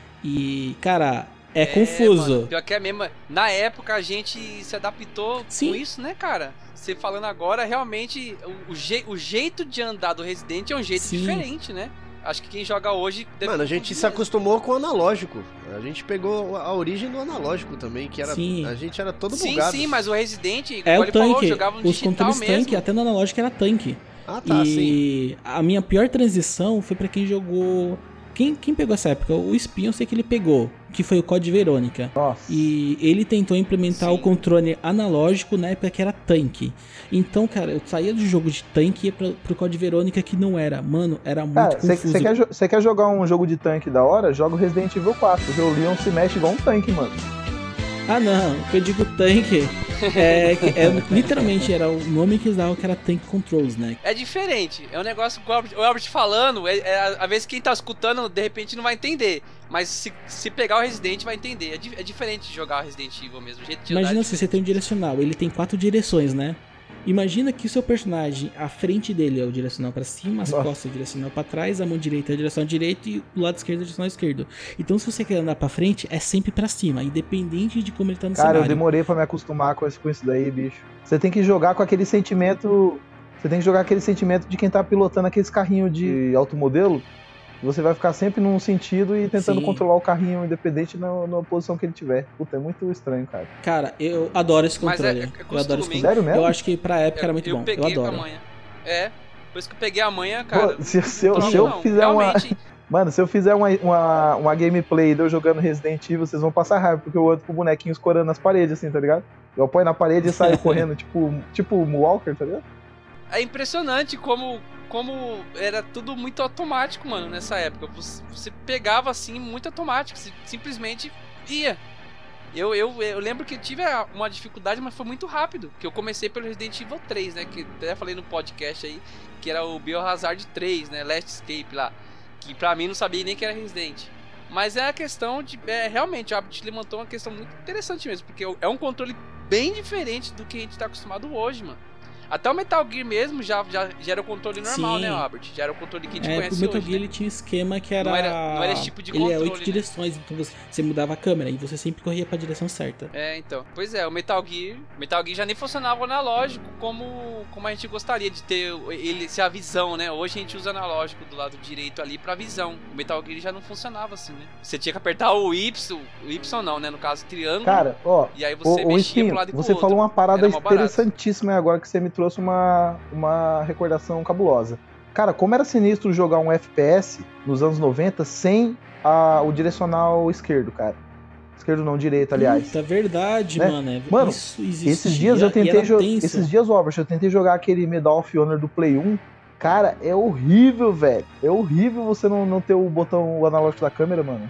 E, cara, é confuso. Mano, pior que é mesmo. Na época a gente se adaptou Sim. com isso, né, cara? Você falando agora, realmente, o jeito de andar do Resident é um jeito Sim. diferente, né? Acho que quem joga hoje... deve Mano, a gente confundir se mesmo. acostumou com o analógico. A gente pegou a origem do analógico também, que era... Sim. A gente era todo Sim, bugado. sim, mas o Resident, É como o ele falou, tanque, jogava no os digital controles mesmo. tanque, até no analógico era tanque. Ah, tá, sim. E a minha pior transição foi pra quem jogou... Quem pegou essa época? O Spin, eu sei que ele pegou, que foi o Code Verônica. Nossa. E ele tentou implementar Sim. o controle analógico na época que era tanque. Então, cara, eu saía do jogo de tanque e ia pro Code Verônica que não era. Mano, era muito Cara, confuso. você quer jogar um jogo de tanque da hora? Joga o Resident Evil 4, porque o Leon se mexe igual um tanque, mano. Ah, não. O que eu digo tanque literalmente era o nome que eles davam, que era Tank Controls, né? É diferente, é um negócio que o Albert falando, às vezes quem tá escutando de repente não vai entender, mas se pegar o Resident vai entender, é diferente de jogar o Resident Evil mesmo, o jeito de Imagina andar é se você tem um direcional, ele tem 4 direções, né? Imagina que o seu personagem, a frente dele é o direcional pra cima, as Nossa. costas é o direcional pra trás, a mão direita é o direcional direito e o lado esquerdo é o direcional esquerdo. Então se você quer andar pra frente, é sempre pra cima, independente de como ele tá no Cara, eu cenário. demorei pra me acostumar com isso daí, bicho. Você tem que jogar com aquele sentimento... Você tem que jogar aquele sentimento de quem tá pilotando aqueles carrinhos de automodelo. Você vai ficar sempre num sentido e tentando Sim. controlar o carrinho independente na posição que ele tiver. Puta, é muito estranho, cara. Cara, eu adoro esse Mas controle. é eu adoro esse costume, hein? controle. Sério mesmo? Eu acho que pra época era muito eu bom. Eu peguei com a adoro. manha. Por isso que eu peguei a manha, cara. Pô, se eu não, fizer uma... realmente, Mano, se eu fizer uma gameplay de eu jogando Resident Evil, vocês vão passar raiva, porque eu ando com o bonequinho escorando nas paredes, assim, tá ligado? Eu apoio na parede e saio correndo, tipo o Walker, tá ligado? é impressionante como era tudo muito automático, mano, nessa época. Você pegava assim, muito automático, você simplesmente ia. Eu lembro que tive uma dificuldade, mas foi muito rápido. Que eu comecei pelo Resident Evil 3, né? Que até falei no podcast aí, que era o Biohazard 3, né? Last Escape lá. Que pra mim não sabia nem que era Resident. Mas é a questão de... realmente, o Abbott levantou uma questão muito interessante mesmo. Porque é um controle bem diferente do que a gente tá acostumado hoje, mano. Até o Metal Gear mesmo já era o controle normal, Sim. né, Albert? Já era o controle que a gente O conhece Metal hoje, Gear né? ele tinha um esquema que era... Não era esse tipo de Ele é controle, 8 né? direções, então você mudava a câmera e você sempre corria pra direção certa. Então. Pois é, o Metal Gear já nem funcionava o analógico como a gente gostaria de ter ele, se a visão, né? Hoje a gente usa analógico do lado direito ali pra visão. O Metal Gear já não funcionava assim, né? Você tinha que apertar o Y não, né? No caso, triângulo. Cara, ó, E aí você o mexia Espinho, pro lado e pro você outro. falou uma parada Era mó barato. interessantíssima agora que você me trouxe uma recordação cabulosa. Cara, como era sinistro jogar um FPS nos anos 90 sem o direcional esquerdo, cara. Esquerdo não, direito, aliás. Puta, verdade, Né? mano. Mano, Isso existia, Esses dias eu tentei Robert, eu tentei jogar aquele Medal of Honor do Play 1. Cara, é horrível, velho. É horrível você não ter o botão analógico da câmera, mano.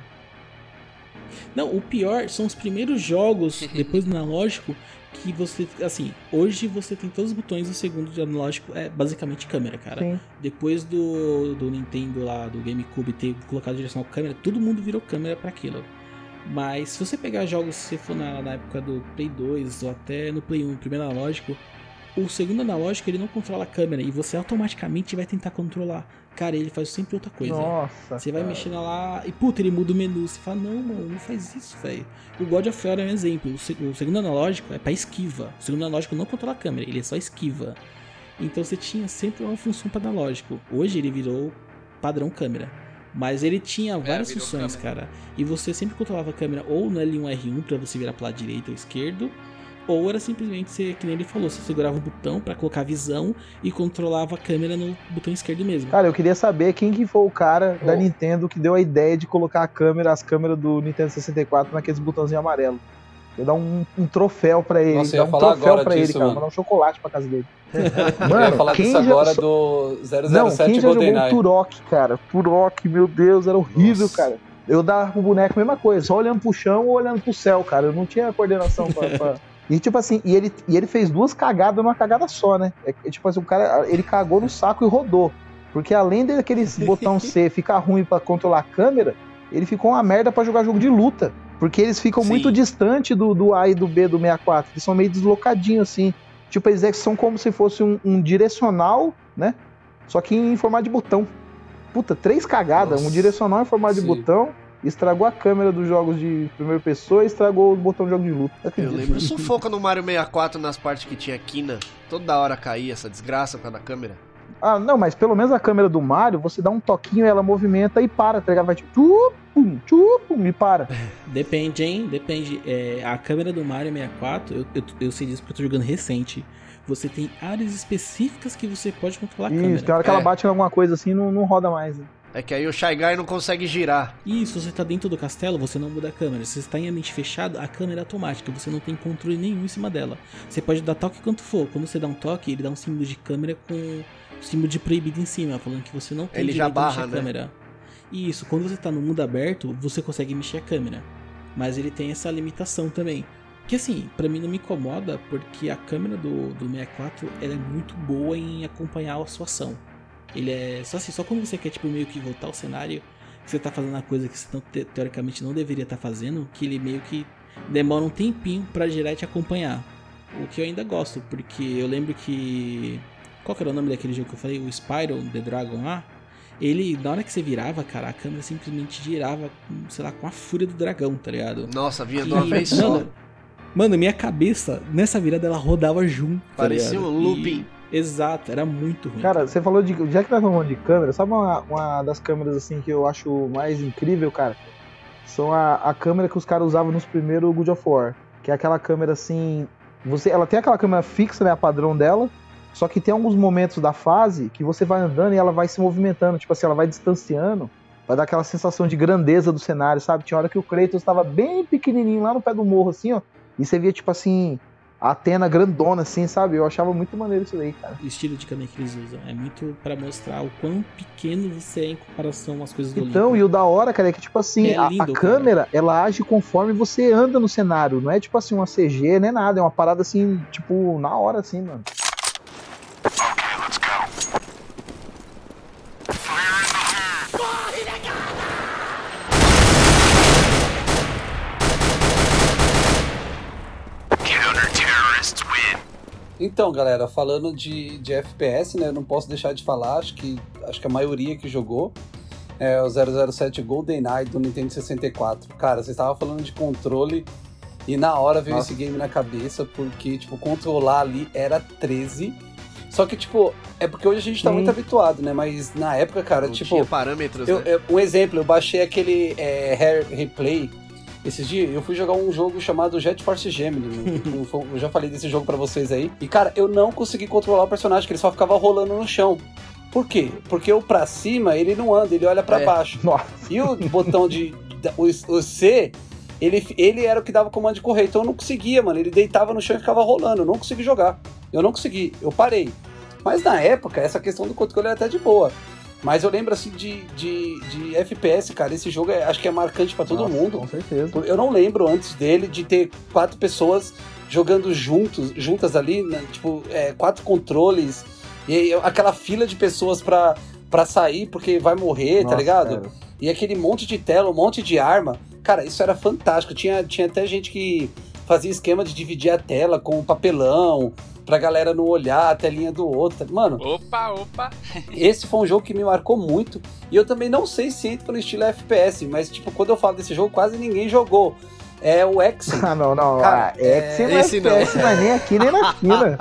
Não, o pior são os primeiros jogos, depois do analógico, que você, assim, hoje você tem todos os botões, o segundo de analógico é basicamente câmera, cara. Sim. Depois do Nintendo lá, do GameCube ter colocado a direção câmera, todo mundo virou câmera pra aquilo. Mas se você pegar jogos, se você for na época do Play 2 ou até no Play 1, primeiro analógico, o segundo analógico ele não controla a câmera e você automaticamente vai tentar controlar. Cara, ele faz sempre outra coisa. Nossa. Você vai cara. mexendo lá e, puta, ele muda o menu. Você fala, não, mano, não faz isso, velho. O God of War é um exemplo. O segundo analógico é pra esquiva. O segundo analógico não controla a câmera, ele é só esquiva. Então você tinha sempre uma função para analógico. Hoje ele virou padrão câmera. Mas ele tinha várias virou funções, câmera. cara. E você sempre controlava a câmera ou no L1 R1 pra você virar pro lado direito ou esquerdo. Ou era simplesmente, que nem ele falou, você segurava o botão pra colocar a visão e controlava a câmera no botão esquerdo mesmo. Cara, eu queria saber quem que foi o cara da Nintendo que deu a ideia de colocar as câmeras do Nintendo 64 naqueles botãozinhos amarelos. Eu dar um troféu pra ele, Nossa, eu dar ia um falar troféu agora pra ele, disso, cara, mano. mandar um chocolate pra casa dele. Eu ia falar disso quem já agora so- do Não, 007 quem já jogou GoldenEye. o Turok, cara? Turok, meu Deus, era horrível, Nossa. cara. Eu dava pro boneco a mesma coisa, só olhando pro chão ou olhando pro céu, cara. Eu não tinha coordenação pra E tipo assim, e ele fez 2 cagadas numa cagada só, né? Tipo assim, o cara, ele cagou no saco e rodou. Porque além daqueles botão C ficar ruim pra controlar a câmera, ele ficou uma merda pra jogar jogo de luta. Porque eles ficam muito distante do A e do B do 64. Eles são meio deslocadinhos, assim. Tipo, eles são como se fosse um direcional, né? Só que em formato de botão. Puta, 3 cagadas. Um direcional em formato de botão. Estragou a câmera dos jogos de primeira pessoa e estragou o botão de jogo de luta. Eu lembro o sufoco no Mario 64 nas partes que tinha quina. Toda hora caía essa desgraça por causa da câmera. Ah, não, mas pelo menos a câmera do Mario, você dá um toquinho, ela movimenta e para, tá ligado? Vai tipo, tchupum, e para. Depende, hein? Depende. A câmera do Mario 64, eu sei disso porque eu tô jogando recente. Você tem áreas específicas que você pode controlar a câmera. Isso, tem hora que ela bate em alguma coisa assim, não roda mais. Né? É que aí o Shy Guy não consegue girar. Isso, se você tá dentro do castelo, você não muda a câmera. Se você tá em ambiente fechado, a câmera é automática, você não tem controle nenhum em cima dela. Você pode dar toque quanto for. Quando você dá um toque, ele dá um símbolo de câmera com um símbolo de proibido em cima, falando que você não tem ele direito já barra, de mexer a câmera. E isso, quando você tá no mundo aberto, você consegue mexer a câmera. Mas ele tem essa limitação também. Que assim, pra mim não me incomoda, porque a câmera do 64, ela é muito boa em acompanhar a sua ação. Ele é só assim, só quando você quer tipo meio que voltar ao cenário, que você tá fazendo uma coisa que você teoricamente não deveria estar fazendo, que ele meio que demora um tempinho pra girar e te acompanhar. O que eu ainda gosto, porque eu lembro que... Qual que era o nome daquele jogo que eu falei? O Spyro The Dragon lá? Ele, na hora que você virava, cara, a câmera simplesmente girava, sei lá, com a fúria do dragão, tá ligado? Nossa, vinha de uma vez só. Mano, minha cabeça, nessa virada, ela rodava junto. Parecia tá um looping. Exato, era muito ruim. Cara, você falou de... Já que nós falamos de câmera, sabe uma das câmeras assim que eu acho mais incrível, cara? São a câmera que os caras usavam nos primeiros God of War. Que é aquela câmera assim... Ela tem aquela câmera fixa, né? A padrão dela. Só que tem alguns momentos da fase que você vai andando e ela vai se movimentando. Tipo assim, ela vai distanciando. Vai dar aquela sensação de grandeza do cenário, sabe? Tinha hora que o Kratos estava bem pequenininho lá no pé do morro, assim, ó. E você via, tipo assim... A Atena grandona, assim, sabe? Eu achava muito maneiro isso daí, cara. O estilo de câmera que eles usam é muito pra mostrar o quão pequeno você é em comparação às coisas do Então, Olimpo. E o da hora, cara, é que, tipo assim, lindo, a câmera, ela age conforme você anda no cenário. Não é, tipo assim, uma CG, nem nada. É uma parada, assim, tipo, na hora, assim, mano. Okay, let's go. Fire in the hole! Counter-terrorists win. Então, galera, falando de FPS, né, eu não posso deixar de falar, acho que a maioria que jogou é o 007 GoldenEye do Nintendo 64. Cara, vocês estavam falando de controle e na hora veio esse game na cabeça, porque, tipo, controlar ali era 13. Só que, tipo, é porque hoje a gente tá muito habituado, né, mas na época, cara, Não tipo... tinha parâmetros, né? Um exemplo, eu baixei aquele Hair Replay. Esses dias eu fui jogar um jogo chamado Jet Force Gemini. Eu já falei desse jogo pra vocês aí. E, cara, eu não consegui controlar o personagem, que ele só ficava rolando no chão. Por quê? Porque o pra cima, ele não anda, ele olha pra baixo. Nossa. E o botão o C, ele era o que dava comando de correr. Então eu não conseguia, mano. Ele deitava no chão e ficava rolando. Eu não consegui jogar. Eu não consegui. Eu parei. Mas na época, essa questão do controle era até de boa. Mas eu lembro, assim, de FPS, cara, esse jogo acho que é marcante pra todo mundo. Com certeza. Eu não lembro antes dele de ter 4 pessoas jogando juntas ali, né, tipo, 4 controles, e aquela fila de pessoas pra sair, porque vai morrer, tá ligado? Cara. E aquele monte de tela, um monte de arma. Cara, isso era fantástico. Tinha até gente que fazia esquema de dividir a tela com papelão, pra galera não olhar a telinha do outro. Mano, Opa! esse foi um jogo que me marcou muito. E eu também não sei se entra no estilo FPS, mas, tipo, quando eu falo desse jogo, quase ninguém jogou. É o Exen. Ah, não. Cara, Exen não é FPS, mas nem aqui, nem na China.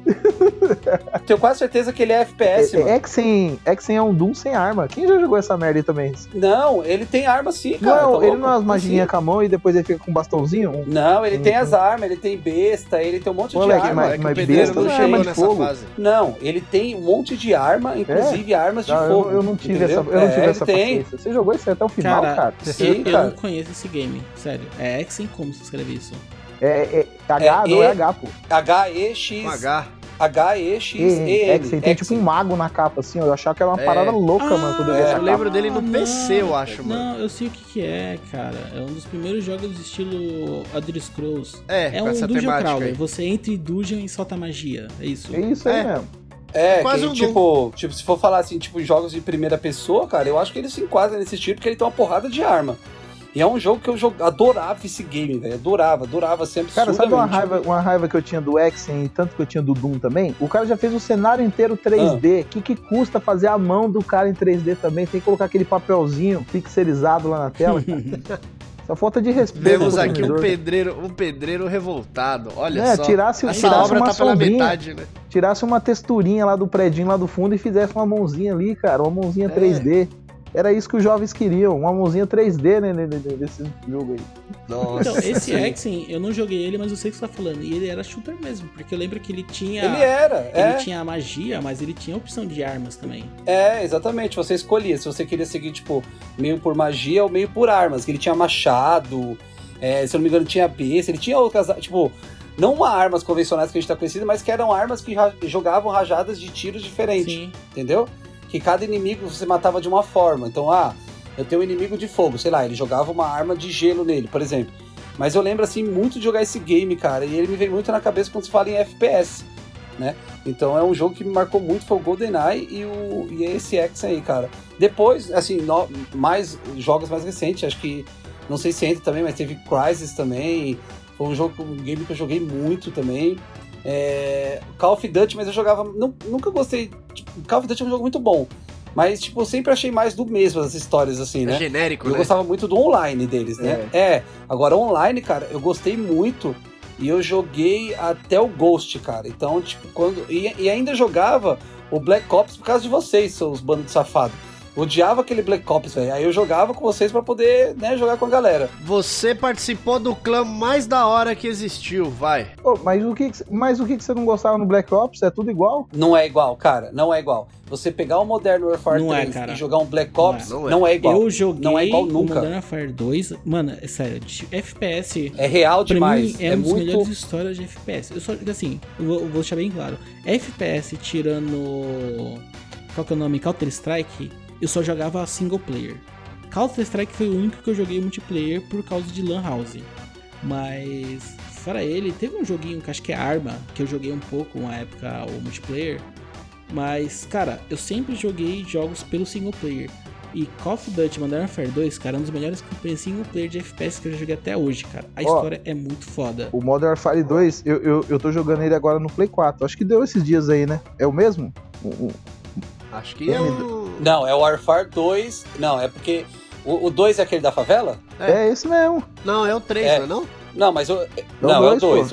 Tenho quase certeza que ele é FPS, mano. Exen é um Doom sem arma. Quem já jogou essa merda aí também? Não, ele tem arma sim, cara. Não, tá ele louco? não é umas magiinhas com a mão e depois ele fica com um bastãozinho? Não, ele tem as armas, ele tem besta, ele tem um monte de Moleque, arma. É que mas o pedreiro besta não não é chegou arma de nessa fogo. fase. Não, ele tem um monte de arma, inclusive armas de fogo. Eu não tive entendeu? essa tem. paciência. Você jogou isso até o final, cara? Sim, eu cara. não conheço esse game, sério. É Exen, como se escreve isso? H, não é H, pô. H-E-X. Com H. H-E-X-E-N. Tem tipo um mago na capa, assim, eu achava que era uma parada louca, mano, quando eu vi essa Eu capa. lembro dele no PC, eu acho, mano. Não, eu sei o que é, cara. É um dos primeiros jogos estilo Elder Scrolls. É, É com um essa dungeon temática crawler. aí. Você entra em dungeon e solta magia. É isso. É isso aí mesmo. Quase um tipo, se for falar assim, tipo, jogos de primeira pessoa, cara, eu acho que ele se enquadra nesse estilo porque ele tem uma porrada de arma. E é um jogo que eu adorava esse game, velho. Adorava sempre. Cara, sabe uma raiva que eu tinha do Exen e tanto que eu tinha do Doom também? O cara já fez o cenário inteiro 3D. O que custa fazer a mão do cara em 3D também? Tem que colocar aquele papelzinho pixelizado lá na tela, cara. Só falta de respeito. Vemos pro aqui consumidor. um pedreiro revoltado. Olha só. Tirasse essa obra uma tá pela sombrinha, metade, né? Tirasse uma texturinha lá do predinho lá do fundo e fizesse uma mãozinha ali, cara. Uma mãozinha 3D. Era isso que os jovens queriam, uma mãozinha 3D, né, desse jogo aí. Nossa. Então, esse Exen, eu não joguei ele, mas eu sei o que você tá falando. E ele era shooter mesmo, porque eu lembro que ele tinha... Ele tinha a magia, mas ele tinha a opção de armas também. É, exatamente, você escolhia se você queria seguir, tipo, meio por magia ou meio por armas. Que ele tinha machado, se eu não me engano tinha besta, ele tinha outras, tipo... Não armas convencionais que a gente tá conhecendo, mas que eram armas que jogavam rajadas de tiros diferentes. Sim. Entendeu? Que cada inimigo você matava de uma forma. Então, eu tenho um inimigo de fogo, sei lá, ele jogava uma arma de gelo nele, por exemplo. Mas eu lembro, assim, muito de jogar esse game, cara, e ele me veio muito na cabeça quando se fala em FPS, né? Então é um jogo que me marcou muito, foi o GoldenEye e esse X aí, cara. Depois, assim, mais jogos mais recentes, acho que, não sei se entra também, mas teve Crysis também, foi um game que eu joguei muito também. Call of Duty, mas eu jogava... nunca gostei... Tipo, Call of Duty é um jogo muito bom, mas tipo, eu sempre achei mais do mesmo as histórias, assim, né? É genérico, eu né? gostava muito do online deles, né? Agora online, cara, eu gostei muito e eu joguei até o Ghost, cara. Então, tipo, e ainda jogava o Black Ops por causa de vocês, seus bandos de safado. Odiava aquele Black Ops, velho. Aí eu jogava com vocês pra poder, né, jogar com a galera. Você participou do clã mais da hora que existiu, vai. Mas o que você não gostava no Black Ops? É tudo igual? Não é igual, cara. Não é igual. Você pegar o Modern Warfare 3 e jogar um Black Ops, não é igual. Eu joguei não é igual nunca. o Modern Warfare 2. Mano, é sério, FPS... É real demais. Pra mim, é uma das melhores histórias de FPS. Eu só, assim, eu vou deixar bem claro. FPS tirando... Qual que é o nome? Counter-Strike... Eu só jogava single player. Counter-Strike foi o único que eu joguei multiplayer por causa de Lan House. Mas, fora ele, teve um joguinho que acho que é Arma, que eu joguei um pouco uma época, o multiplayer. Mas, cara, eu sempre joguei jogos pelo single player. E Call of Duty Modern Warfare 2, cara, é um dos melhores campanhas single player de FPS que eu já joguei até hoje, cara. A história é muito foda. O Modern Warfare 2, eu tô jogando ele agora no Play 4. Acho que deu esses dias aí, né? É o mesmo? Acho que é o... Não, é o Warfare 2. Não, é porque... O 2 é aquele da favela? É esse mesmo. Não, é o 3, não? Não, mas Não, é o 2.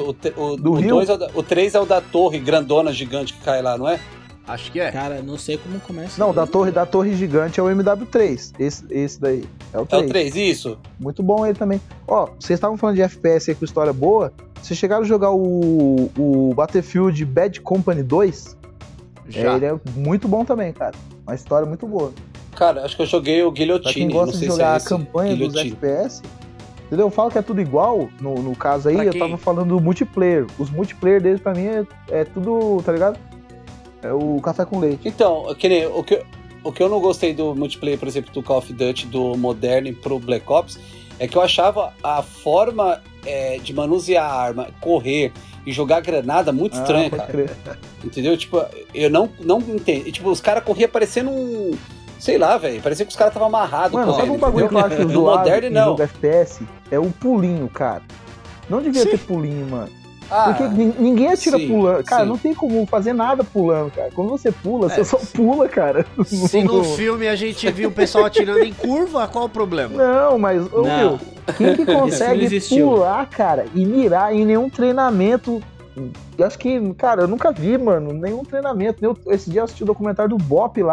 O 3 é o da torre grandona, gigante que cai lá, não é? Acho que é. Cara, não sei como começa. Não, da torre gigante é o MW3. Esse daí. É o 3. É o 3, isso. Muito bom ele também. Vocês estavam falando de FPS aí com história boa. Vocês chegaram a jogar o Battlefield Bad Company 2? Já. Ele é muito bom também, cara. Uma história muito boa. Cara, acho que eu joguei o Guillotine. Pra quem gosta de jogar a campanha dos FPS, entendeu? Eu falo que é tudo igual, no caso aí, eu tava falando do multiplayer. Os multiplayer deles pra mim é tudo, tá ligado? É o café com leite. Então, que nem, o que eu não gostei do multiplayer, por exemplo, do Call of Duty, do Modern pro Black Ops, é que eu achava a forma de manusear a arma, correr e jogar granada muito estranha, cara. Crer. Entendeu? Tipo, eu não entendo. E, tipo, os caras corriam parecendo um... Sei lá, velho. Parecia que os caras estavam amarrados. Mano, sabe um bagulho que eu acho zoado Modern, em não. jogo FPS? É o pulinho, cara. Não devia ter pulinho, mano. Porque ninguém atira pulando. Cara, não tem como fazer nada pulando, cara. Quando você pula, você só pula, cara. Se no filme a gente viu o pessoal atirando em curva, qual o problema? Não, mas, meu, quem que consegue pular, cara, e mirar em nenhum treinamento? Eu acho que, cara, eu nunca vi, mano, nenhum treinamento. Esse dia eu assisti o documentário do Bop lá.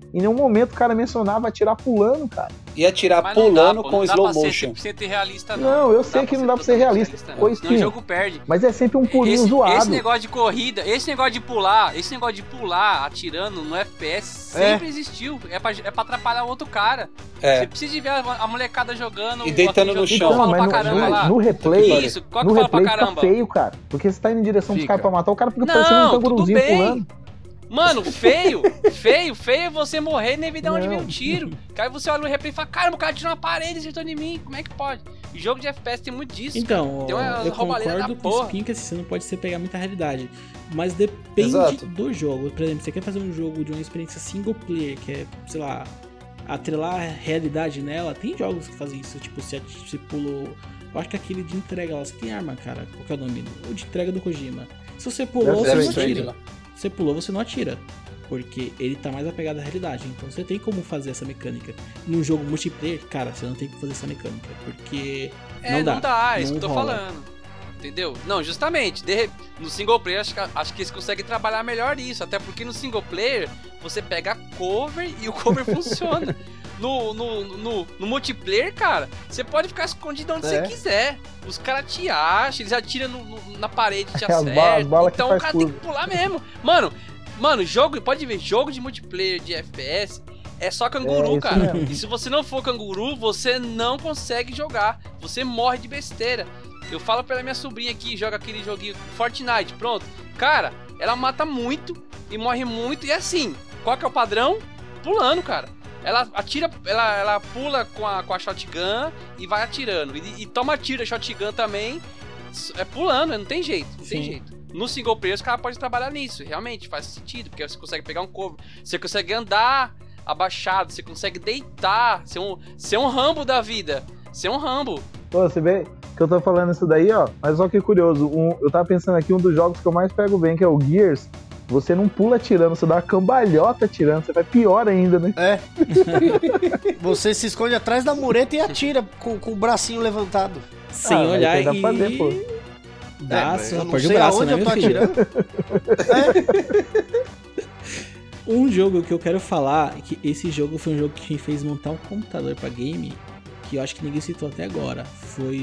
Em nenhum momento o cara mencionava atirar pulando, cara. E atirar Mas não dá, pulando pô, com não slow dá pra motion. ser 100% realista, não. Não, eu sei que não dá pra ser realista. não. Ô, Senão o Espinho, jogo perde. mas é sempre um pulinho Esse zoado. negócio de corrida, esse negócio de pular atirando no FPS sempre existiu. É pra atrapalhar o outro cara. É. Você precisa de ver a molecada jogando. E deitando no chão. Fala mas pra no, caramba lá. no replay, Isso, qual que no fala pra replay fica caramba? feio, cara. Porque você tá indo em direção dos Fica. caras pra matar, o cara fica parecendo um Não, tudo canguruzinho bem. pulando. Mano, feio é você morrer e nem ver de onde Não. vem um tiro. Aí você olha no replay e fala, caramba, o cara tirou uma parede e acertou em mim, como é que pode? E jogo de FPS tem muito disso. Então, Tem uma eu roubalheira concordo da com o porra. Spin que assim, você não pode ser pegar muita realidade. Mas depende Exato. do jogo. Por exemplo, você quer fazer um jogo de uma experiência single player, que é, sei lá, atrelar a realidade nela, tem jogos que fazem isso. Tipo, você pulou... Eu acho que aquele de entrega lá, você tem arma, cara. Qual que é o nome? O de entrega do Kojima. Se você pulou, Deve você não ser atira. lá. Você pulou, você não atira. Porque ele tá mais apegado à realidade. Então você tem como fazer essa mecânica. Num jogo multiplayer, cara, você não tem como fazer essa mecânica. Porque não dá. É isso que eu tô rola. falando. Entendeu? Não, justamente. No single player, acho que eles conseguem trabalhar melhor isso. Até porque no single player, você pega cover e o cover funciona. No multiplayer, cara, você pode ficar escondido onde você quiser. Os caras te acham, eles atiram na parede e te As acertam. balas que Então o faz cara tem curva. que pular mesmo. Mano, pode ver, jogo de multiplayer de FPS é só canguru, isso cara. mesmo. E se você não for canguru, você não consegue jogar. Você morre de besteira. Eu falo pra minha sobrinha aqui, joga aquele joguinho Fortnite, pronto. Cara, ela mata muito e morre muito. E assim, qual que é o padrão? Pulando, cara. Ela atira, ela pula com a shotgun e vai atirando. E toma tiro da shotgun também. É pulando, não tem jeito, não tem Sim. jeito. No single player, os caras podem trabalhar nisso, realmente, faz sentido, porque você consegue pegar um cover, você consegue andar abaixado, você consegue deitar, ser um Rambo da vida, ser um Rambo. Pô, você vê que eu tô falando isso daí, ó. Mas só que curioso, eu tava pensando aqui, um dos jogos que eu mais pego bem, que é o Gears. Você não pula atirando, você dá uma cambalhota atirando, você vai pior ainda, né? Você se esconde atrás da mureta e atira com o bracinho levantado. Sem Ah, olhar mas dá e... pra fazer, pô. Dá, mas só eu não perde o sei braço, aonde né, eu meu tô filho? atirando. Um jogo que eu quero falar, que esse jogo foi um jogo que me fez montar um computador pra game, que eu acho que ninguém citou até agora, foi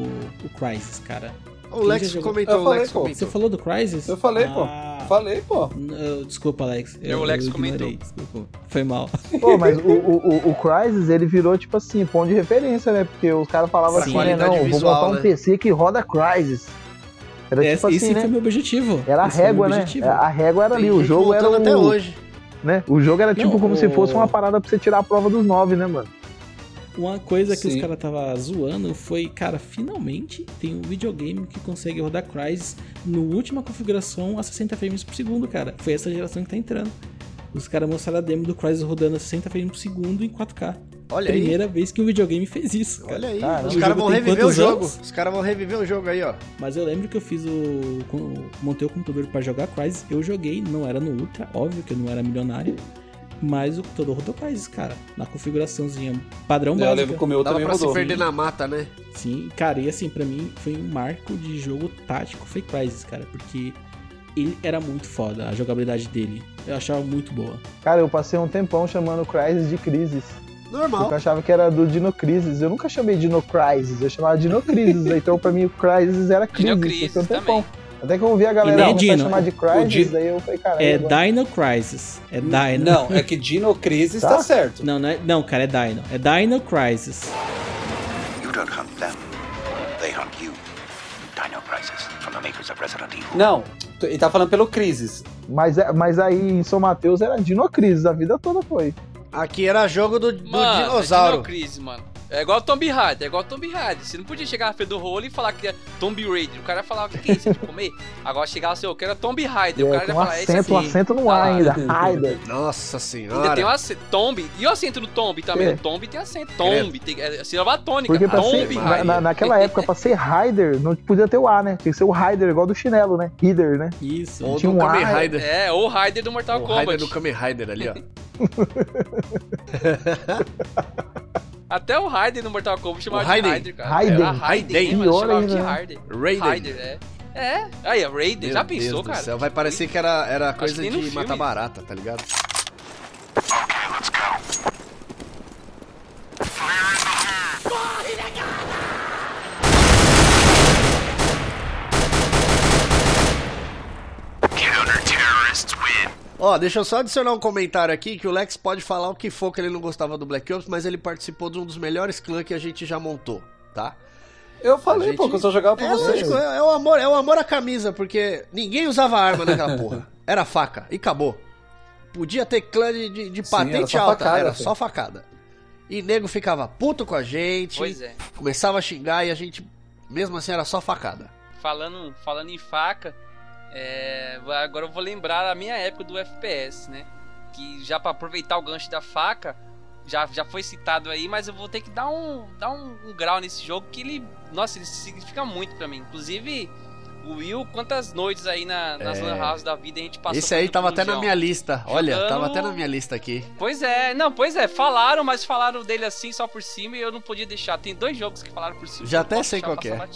o Crysis, cara. O Quem Lex já jogou? comentou, Eu o falei, Lex pô. comentou. Você falou do Crysis? Eu falei, pô. Falei, pô. Desculpa, Alex. O Lex ignorei, comentou. Desculpa. Foi mal. Pô, mas o Crysis, ele virou, tipo assim, ponto de referência, né? Porque os caras falavam Sim. assim, né? Qualidade Não, visual, vou botar um né? PC que roda Crysis. Era tipo Esse assim, foi né? meu objetivo. Era a Esse foi meu régua, né? objetivo. A régua era Tem ali, o gente jogo era voltando até hoje. né? O jogo era tipo Não, como se fosse uma parada pra você tirar a prova dos 9, né, mano? Uma coisa que os Sim. caras tava zoando foi, cara, finalmente tem um videogame que consegue rodar Crysis no última configuração a 60 frames por segundo, cara. Foi essa geração que tá entrando. Os caras mostraram a demo do Crysis rodando a 60 frames por segundo em 4K. Olha aí. Primeira vez que um videogame fez isso, cara. Olha aí, Cara, os o caras jogo vão tem reviver o quantos jogo. anos? Os caras vão reviver o jogo aí, ó. Mas eu lembro que eu fiz montei o computador pra jogar Crysis. Eu joguei, não era no Ultra, óbvio que eu não era milionário. Mas o computador rodou Crysis, cara. Na configuraçãozinha padrão Eu básica. lembro que o meu Dava também pra se rodou. perder na mata, né? Sim, cara, e assim, pra mim foi um marco de jogo tático, foi Crysis, cara, porque ele era muito foda, a jogabilidade dele. Eu achava muito boa. Cara, eu passei um tempão chamando o Crysis de Crisis. Normal. Porque eu achava que era do Dino Crisis. Eu nunca chamei Dino Crisis, eu chamava Dino Crisis. Então pra mim o Crisis era Dino Crisis. Crisis Passei um tempão. também. Até que eu ouvi a galera nem começar a Dino, chamar de o Crysis, Dino- daí eu falei, caralho. É agora- Dino Crisis. É Dino. Não, é que Dino Crisis Tá? tá certo. Não, não, cara, é Dino. É Dino Crisis. You don't hunt them. They hunt you. Dino Crisis, from the makers of Resident Evil. Não, ele tá falando pelo Crisis. Mas aí em São Mateus era Dino Crisis, a vida toda foi. Aqui era jogo do Mano, dinossauro. É Dino Crisis, mano. É igual Tomb Raider, Você não podia chegar na frente do rolo e falar que é Tomb Raider. O cara ia falar, o que é isso de comer? Agora chegava assim, eu quero Tomb Raider. O cara ia Com falar, esse acento, assim. acento no Tá ar lá. ainda. Raider. Nossa Ainda senhora. tem um acento, Tomb. E o acento do Tomb também. É. O Tomb tem acento. Tomb, tem sílaba tônica. Porque pra ser, Tomb Raider. naquela época, pra ser Raider, não podia ter o A, né? Tinha que ser o Raider, igual do chinelo, né? Rider, né? Isso. Ou tinha do um Kamen ar, Rider. É, ou o Raider do Mortal O Kombat. Rider do Kamen Rider ali, ó. Até o Raider no Mortal Kombat chamava O de Raiden. Raider, cara. Raiden. Era Raiden, Raiden. mano. Pior Chamava de ainda. Raider. Raiden. Raider, é. É. Aí, a Raider. Já Meu pensou, Deus do cara? céu, vai parecer que era coisa que tem no de filme. matar barata, tá ligado? Ó, deixa eu só adicionar um comentário aqui, que o Lex pode falar o que for que ele não gostava do Black Ops, mas ele participou de um dos melhores clãs que a gente já montou, tá? Eu falei, pô, que eu só jogava por você. Lógico, é o amor à camisa, porque ninguém usava arma naquela porra. Era faca, e acabou. Podia ter clã de patente alta, era só facada. E nego ficava puto com a gente, começava a xingar e a gente, mesmo assim, era só facada. Falando em faca, agora eu vou lembrar a minha época do FPS, né? Que já pra aproveitar o gancho da faca, já foi citado aí, mas eu vou ter que dar um grau nesse jogo que ele significa muito pra mim. Inclusive, o Will, quantas noites aí nas Lan House da vida a gente passou. Esse aí tava até na minha lista, olha, tava até na minha lista aqui. Pois é, falaram, mas falaram dele assim, só por cima, e eu não podia deixar. Tem 2 jogos que falaram por cima. Já até sei qual que é.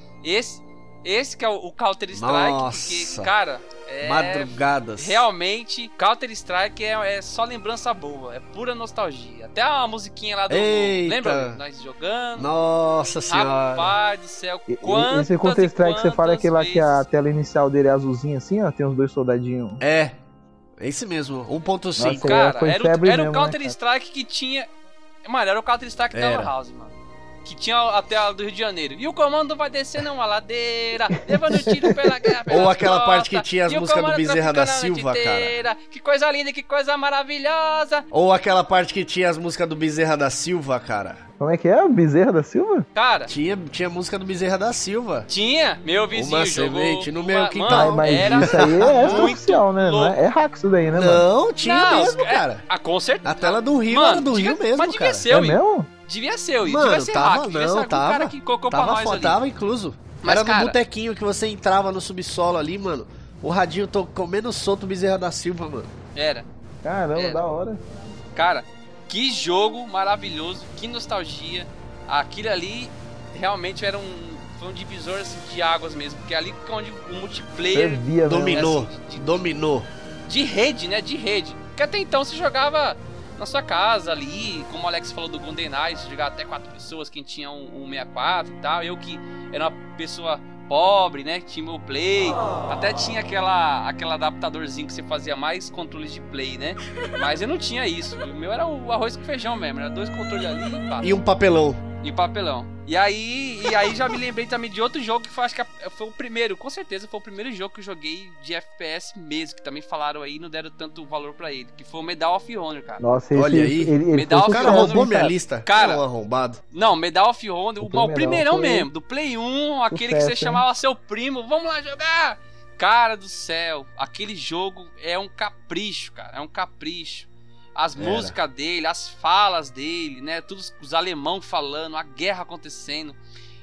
Esse que é o Counter-Strike, porque, cara, madrugadas. Realmente, Counter-Strike é só lembrança boa, é pura nostalgia. Até a musiquinha lá do... Eita. Lembra? Nós jogando. Nossa senhora. Rapaz do céu, esse Counter-Strike que você fala é aquele lá que a tela inicial dele é azulzinha assim, ó, tem uns 2 soldadinhos. É esse mesmo, 1.5. Cara, era o Counter-Strike que tinha... Mano, era o Counter-Strike da Lan House, mano. Que tinha a tela do Rio de Janeiro. E o comando vai descer numa ladeira, levando tiro pela guerra. Ou aquela parte que tinha as músicas do Bezerra da Silva, cara. Que coisa linda, que coisa maravilhosa. Ou aquela parte que tinha as músicas do Bezerra da Silva, cara. Como é que é? O Bezerra da Silva? Cara, tinha música do Bezerra da Silva. Tinha, meu vizinho uma jogou. Semente no meu quintal. Mas isso aí é oficial, né? Não é hack isso daí, né, mano? Não, tinha mesmo, cara. Com certeza. A tela do Rio era do Rio mesmo, mas devia cara. ser, mesmo? Devia ser, mano, devia ser tava, hack. Devia ser não, tava. cara que colocou pra nós ali. Tava incluso. Mas, era no cara, botequinho que você entrava no subsolo ali, mano. O radinho comendo solto o Bezerra da Silva, mano. Era. Caramba, da hora. Cara, que jogo maravilhoso, que nostalgia. Aquilo ali realmente foi um divisor assim, de águas mesmo. Porque ali é onde o multiplayer dominou. Dominou. De rede, né? De rede. Porque até então você jogava na sua casa ali, como o Alex falou do GoldenEye, você jogava até 4 pessoas, quem tinha um 64 e tal. Eu que era uma pessoa pobre, né, que tinha meu Play, até tinha aquela adaptadorzinho que você fazia mais controles de Play, né, mas eu não tinha isso, o meu era o arroz com feijão mesmo, era 2 controles ali e pá. E um papelão. E papelão. E aí já me lembrei também de outro jogo que foi, acho que foi o primeiro, com certeza foi o primeiro jogo que eu joguei de FPS mesmo, que também falaram aí e não deram tanto valor pra ele, que foi o Medal of Honor, cara. Nossa, olha aí, Medal of Honor roubou minha lista. Cara, um arrombado. Não, Medal of Honor, o primeirão mesmo, do Play 1, aquele que você chamava seu primo, vamos lá jogar! Cara do céu, aquele jogo é um capricho, cara, é um capricho. As músicas dele, as falas dele, né? Todos os alemão falando, a guerra acontecendo.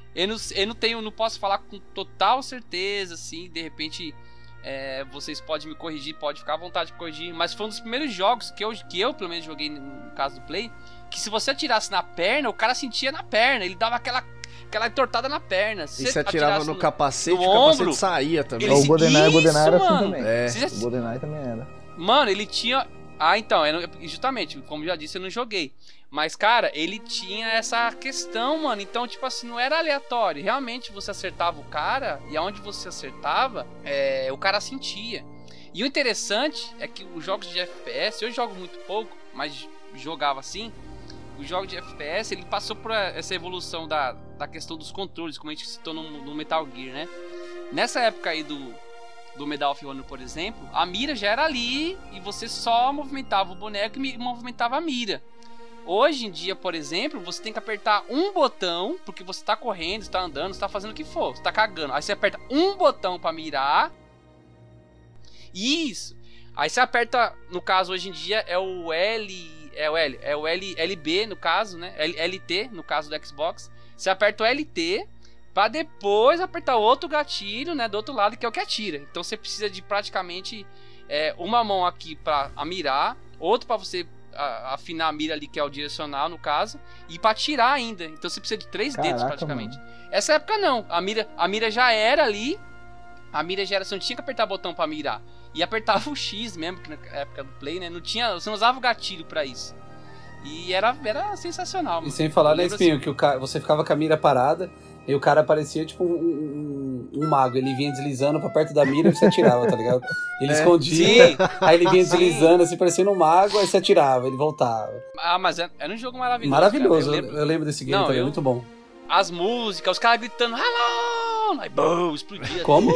Eu não posso falar com total certeza, assim, de repente vocês podem me corrigir, pode ficar à vontade de corrigir, mas foi um dos primeiros jogos que eu pelo menos joguei no caso do Play, que se você atirasse na perna, o cara sentia na perna, ele dava aquela entortada na perna. Se você atirava no capacete, no o capacete ombro, saía também. O GoldenEye era assim também. O GoldenEye também era. Mano, ele tinha... então, justamente, como já disse, eu não joguei. Mas, cara, ele tinha essa questão, mano. Então, tipo assim, não era aleatório. Realmente, você acertava o cara, e aonde você acertava, o cara sentia. E o interessante é que os jogos de FPS, eu jogo muito pouco, mas jogava assim. O jogo de FPS, ele passou por essa evolução da questão dos controles, como a gente citou no Metal Gear, né? Nessa época aí do Medal of Honor, por exemplo, a mira já era ali e você só movimentava o boneco e movimentava a mira. Hoje em dia, por exemplo, você tem que apertar um botão, porque você tá correndo, você tá andando, você tá fazendo o que for, você tá cagando. Aí você aperta um botão pra mirar. Isso. Aí você aperta, no caso hoje em dia é o LB no caso, né? LT no caso do Xbox. Você aperta o LT pra depois apertar outro gatilho, né, do outro lado, que é o que atira. Então você precisa de praticamente uma mão aqui pra mirar, outro pra você afinar a mira ali, que é o direcional no caso, e pra atirar ainda. Então você precisa de 3 dedos praticamente. Mano. Essa época não, a mira já era ali, você não tinha que apertar o botão pra mirar, e apertava o X mesmo, que na época do Play, né, você não usava o gatilho pra isso. E era sensacional, mano. E sem falar, né, Espinho, que você ficava com a mira parada e o cara parecia tipo um um mago, ele vinha deslizando pra perto da mira e você atirava, tá ligado? Ele escondia, aí ele vinha deslizando, assim, parecendo um mago, aí você atirava, ele voltava. Ah, mas era um jogo maravilhoso. Maravilhoso, cara. eu lembro desse game também, muito bom. As músicas, os caras gritando, hello! Aí, bum, explodia. Como?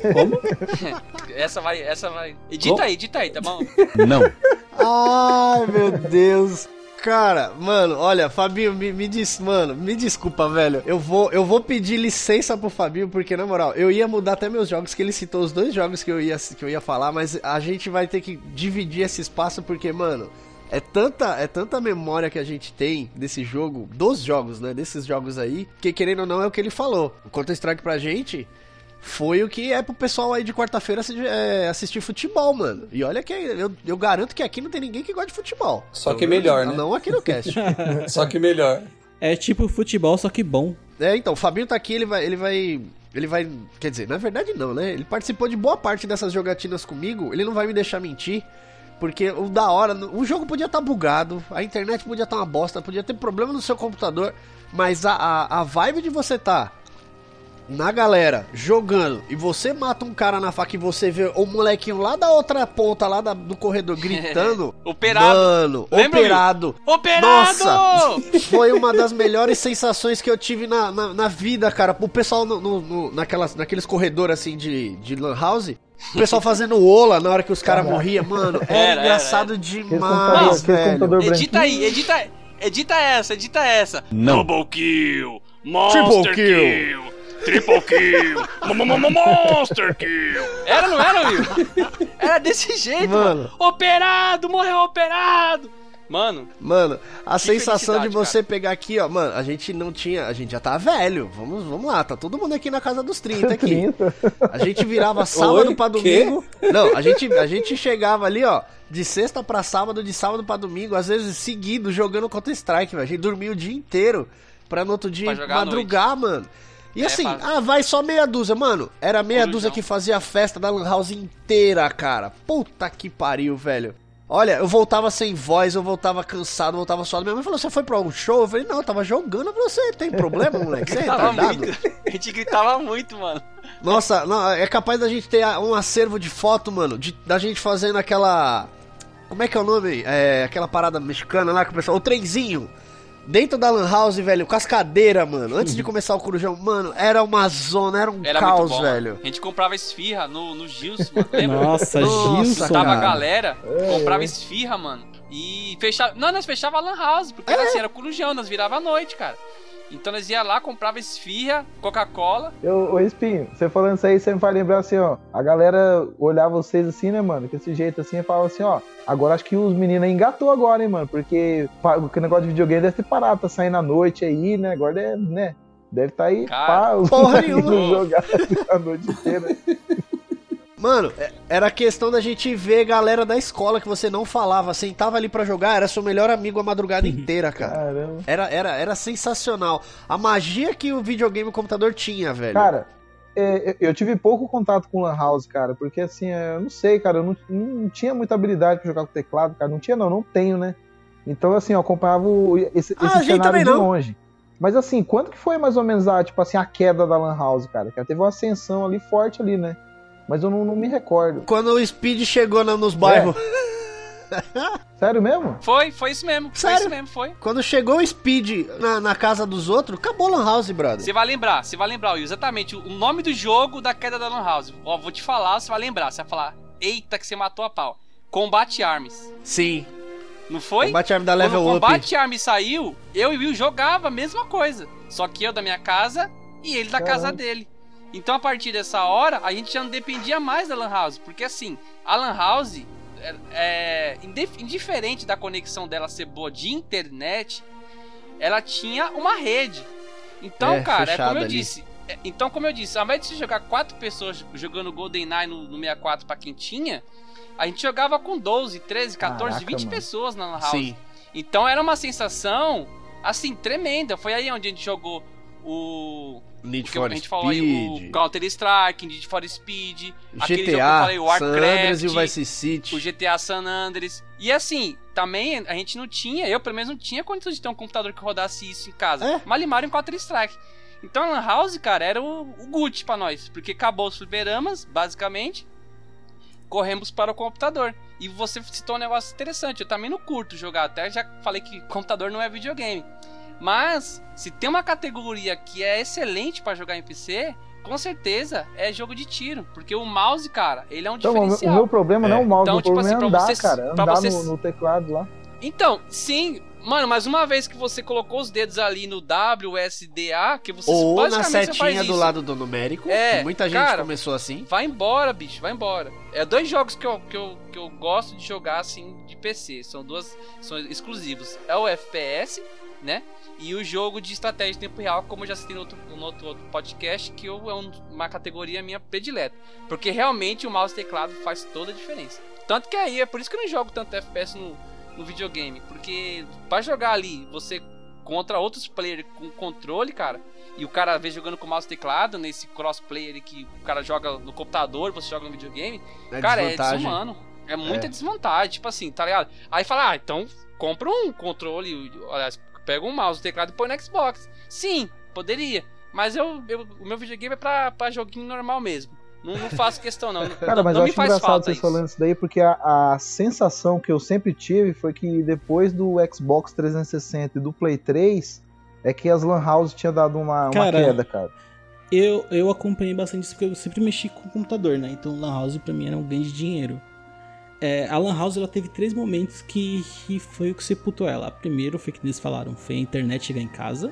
Essa vai. Edita aí, tá bom? Não. Ai, meu Deus. Cara, mano, olha, Fabinho, me desculpa, velho. Eu vou pedir licença pro Fabinho, porque, na moral, eu ia mudar até meus jogos, que ele citou os 2 jogos que eu ia falar, mas a gente vai ter que dividir esse espaço, porque, mano, é tanta memória que a gente tem desse jogo, dos jogos, né, desses jogos aí, que, querendo ou não, é o que ele falou. O Counter-Strike pra gente foi o que é pro pessoal aí de quarta-feira assistir futebol, mano. E olha que eu garanto que aqui não tem ninguém que gosta de futebol. Só que melhor, né? Não aqui no cast. Só que melhor. É tipo futebol, só que bom. Então, o Fabinho tá aqui, ele vai, quer dizer, na verdade não, né? Ele participou de boa parte dessas jogatinas comigo, ele não vai me deixar mentir, porque o da hora, o jogo podia estar bugado, a internet podia estar uma bosta, podia ter problema no seu computador, mas a vibe de você tá na galera, jogando, e você mata um cara na faca e você vê o molequinho lá da outra ponta, lá do corredor, gritando. Operado. Mano, lembra, operado. Operado! Nossa, foi uma das melhores sensações que eu tive na vida, cara. O pessoal naqueles corredores assim de lan house, o pessoal fazendo ola na hora que os caras morriam, mano, era engraçado demais, velho. Edita essa. Não. Double kill, Monster kill. Triple kill! Monster kill! Não era, Will? Era desse jeito, mano. Operado! Morreu operado! Mano, a sensação de você pegar aqui, ó, mano, a gente já tá velho, vamos lá, tá todo mundo aqui na casa dos 30 aqui. A gente virava sábado pra domingo. Não, a gente chegava ali, ó, de sexta pra sábado, de sábado pra domingo, às vezes seguido, jogando Counter-Strike, velho. A gente dormia o dia inteiro pra no outro dia madrugar, mano. E assim, vai só meia dúzia, mano. Era meia dúzia que fazia a festa da Lan House inteira, cara. Puta que pariu, velho. Olha, eu voltava sem voz, eu voltava cansado, eu voltava suado. Minha mãe falou, você foi pra um show? Eu falei, não, eu tava jogando pra você. Tem problema, moleque? Você é retardado? A gente gritava muito, mano. Nossa, não, é capaz da gente ter um acervo de foto, mano, da gente fazendo aquela... Como é que é o nome? Aquela parada mexicana lá com o pessoal... O trenzinho. Dentro da Lan House, velho, com as cadeiras, mano. Antes de começar o Corujão, mano, era uma zona, era um caos, bom, velho. Mano. A gente comprava esfirra no Gilson, mano, lembra? Nossa, Gilson, tava a galera, comprava esfirra, mano. E fechava... Não, nós fechava a Lan House, porque era assim, era Corujão, nós virava à noite, cara. Então nós ia lá, comprava esfirra, Coca-Cola. Ô Espinho, você falando isso aí, você me faz lembrar assim, ó. A galera olhava vocês assim, né, mano? Com esse jeito assim, e falava assim, ó. Agora acho que os meninos engatou agora, hein, mano? Porque o negócio de videogame deve ter parado, tá saindo à noite aí, né? Agora deve, né? Deve tá aí, porra nenhuma. Jogar a noite inteira. Mano, era questão da gente ver galera da escola que você não falava, sentava ali pra jogar, era seu melhor amigo a madrugada inteira, cara. Caramba. Era sensacional. A magia que o videogame e o computador tinha, velho. Cara, eu tive pouco contato com Lan House, cara, porque assim, eu não sei, cara, eu não tinha muita habilidade pra jogar com teclado, cara, não tenho, né? Então, assim, eu acompanhava esse cenário de longe. Mas assim, quando que foi mais ou menos a queda da Lan House, cara? Que teve uma ascensão ali forte ali, né? Mas eu não me recordo. Quando o Speed chegou nos bairros. Sério mesmo? Foi isso mesmo. Sério? Foi isso mesmo, foi. Quando chegou o Speed na casa dos outros, acabou Lan House, brother. Você vai lembrar, Will, exatamente o nome do jogo da queda da Lan House. Ó, vou te falar, você vai lembrar. Você vai falar, eita que você matou a pau. Combat Arms. Sim. Não foi? Combat Arms da Level Up. Quando o Combat Arms saiu, eu e o Will jogava a mesma coisa. Só que eu da minha casa e ele da casa dele. Então, a partir dessa hora, a gente já não dependia mais da Lan House. Porque, assim, a Lan House, indiferente da conexão dela ser boa de internet, ela tinha uma rede. Então, cara, como eu disse. Então, como eu disse, ao invés de você jogar 4 pessoas jogando GoldenEye no 64 pra quem tinha, a gente jogava com 12, 13, 14, 20 pessoas na Lan House. Sim. Então, era uma sensação, assim, tremenda. Foi aí onde a gente jogou o... Need for a gente falou aí, o Counter-Strike, Need for Speed, aquele GTA, jogo que eu falei, o Warcraft, San Andreas e o Vice City, o GTA San Andreas. E assim, também a gente não tinha, eu pelo menos não tinha condição de ter um computador que rodasse isso em casa. Malimar em Counter-Strike. Então a Lan House, cara, era o Gucci pra nós. Porque acabou os fliperamas, basicamente. Corremos para o computador. E você citou um negócio interessante. Eu também não curto jogar. Até já falei que computador não é videogame. Mas, se tem uma categoria que é excelente pra jogar em PC, com certeza é jogo de tiro. Porque o mouse, cara, ele é um diferencial. O meu problema não é o mouse, então, o problema é andar, cara. Andar você... no teclado lá. Então, sim, mano, mas uma vez que você colocou os dedos ali no WSDA, que você ou basicamente na você faz setinha isso. Do lado do numérico, É, que muita gente cara, começou assim. Vai embora, bicho, vai embora. É 2 jogos que eu gosto de jogar assim de PC, são exclusivos. É o FPS, né? E o jogo de estratégia em tempo real, como eu já citei no outro podcast, que é uma categoria minha predileta. Porque realmente o mouse e teclado faz toda a diferença. Tanto que aí, é por isso que eu não jogo tanto FPS no videogame. Porque pra jogar ali, você contra outros players com controle, cara, e o cara às vezes jogando com mouse e teclado, nesse crossplayer que o cara joga no computador, você joga no videogame, cara, é desumano. É muita desvantagem, tipo assim, tá ligado? Aí fala, então compra um controle, aliás, pega um mouse e teclado e põe no Xbox. Sim, poderia. Mas o meu videogame é pra joguinho normal mesmo. Não faço questão, não. Cara, mas não eu me acho faz engraçado falta vocês isso. falando isso daí, porque a sensação que eu sempre tive foi que depois do Xbox 360 e do Play 3, é que as Lan House tinham dado uma queda, cara. Eu acompanhei bastante isso porque eu sempre mexi com o computador, né? Então Lan House pra mim era um ganho de dinheiro. A Lan House ela teve 3 momentos que foi o que sepultou ela. A primeira foi que eles falaram, foi a internet chegar em casa.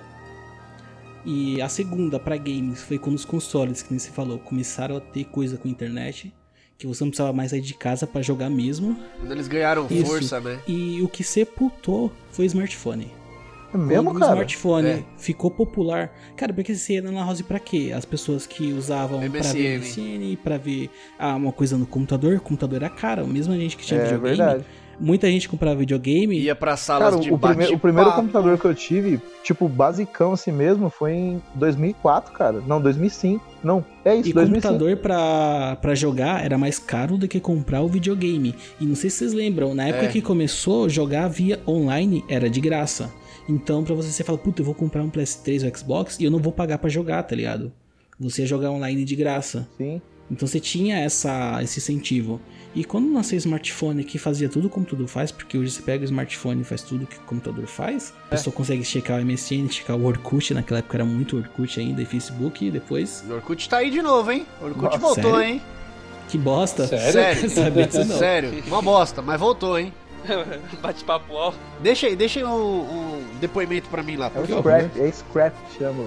E a segunda, pra games, foi quando os consoles, que nem você falou, começaram a ter coisa com internet, que você não precisava mais sair de casa pra jogar mesmo. Quando eles ganharam força, né? E o que sepultou foi o smartphone. É mesmo, quando cara? o smartphone ficou popular. Cara, porque você ia na Lan House pra quê? As pessoas que usavam pra ver MSN, pra ver uma coisa no computador. O computador era caro. Mesmo a gente que tinha videogame. Verdade. Muita gente comprava videogame. Ia pra salas de o primeiro computador que eu tive, tipo, basicão assim mesmo, foi em 2004, cara. Não, 2005. Não, é isso, e 2005. computador pra jogar era mais caro do que comprar o videogame. E não sei se vocês lembram, na época que começou, jogar via online era de graça. Então pra você fala, puta, eu vou comprar um PS3 ou Xbox e eu não vou pagar pra jogar, tá ligado? Você ia jogar online de graça. Sim. Então você tinha esse incentivo. E quando nasceu o smartphone que fazia tudo como tudo faz, porque hoje você pega o smartphone e faz tudo que o computador faz, a pessoa consegue checar o MSN, checar o Orkut, naquela época era muito Orkut ainda, e Facebook, e depois... O Orkut tá aí de novo, hein? O Orkut voltou, sério? hein? Que bosta. Sério? Sabia disso não. Sério, uma bosta, mas voltou, hein? Bate-papo ó. Deixa aí um depoimento pra mim lá, por favor. É Scrap que chama.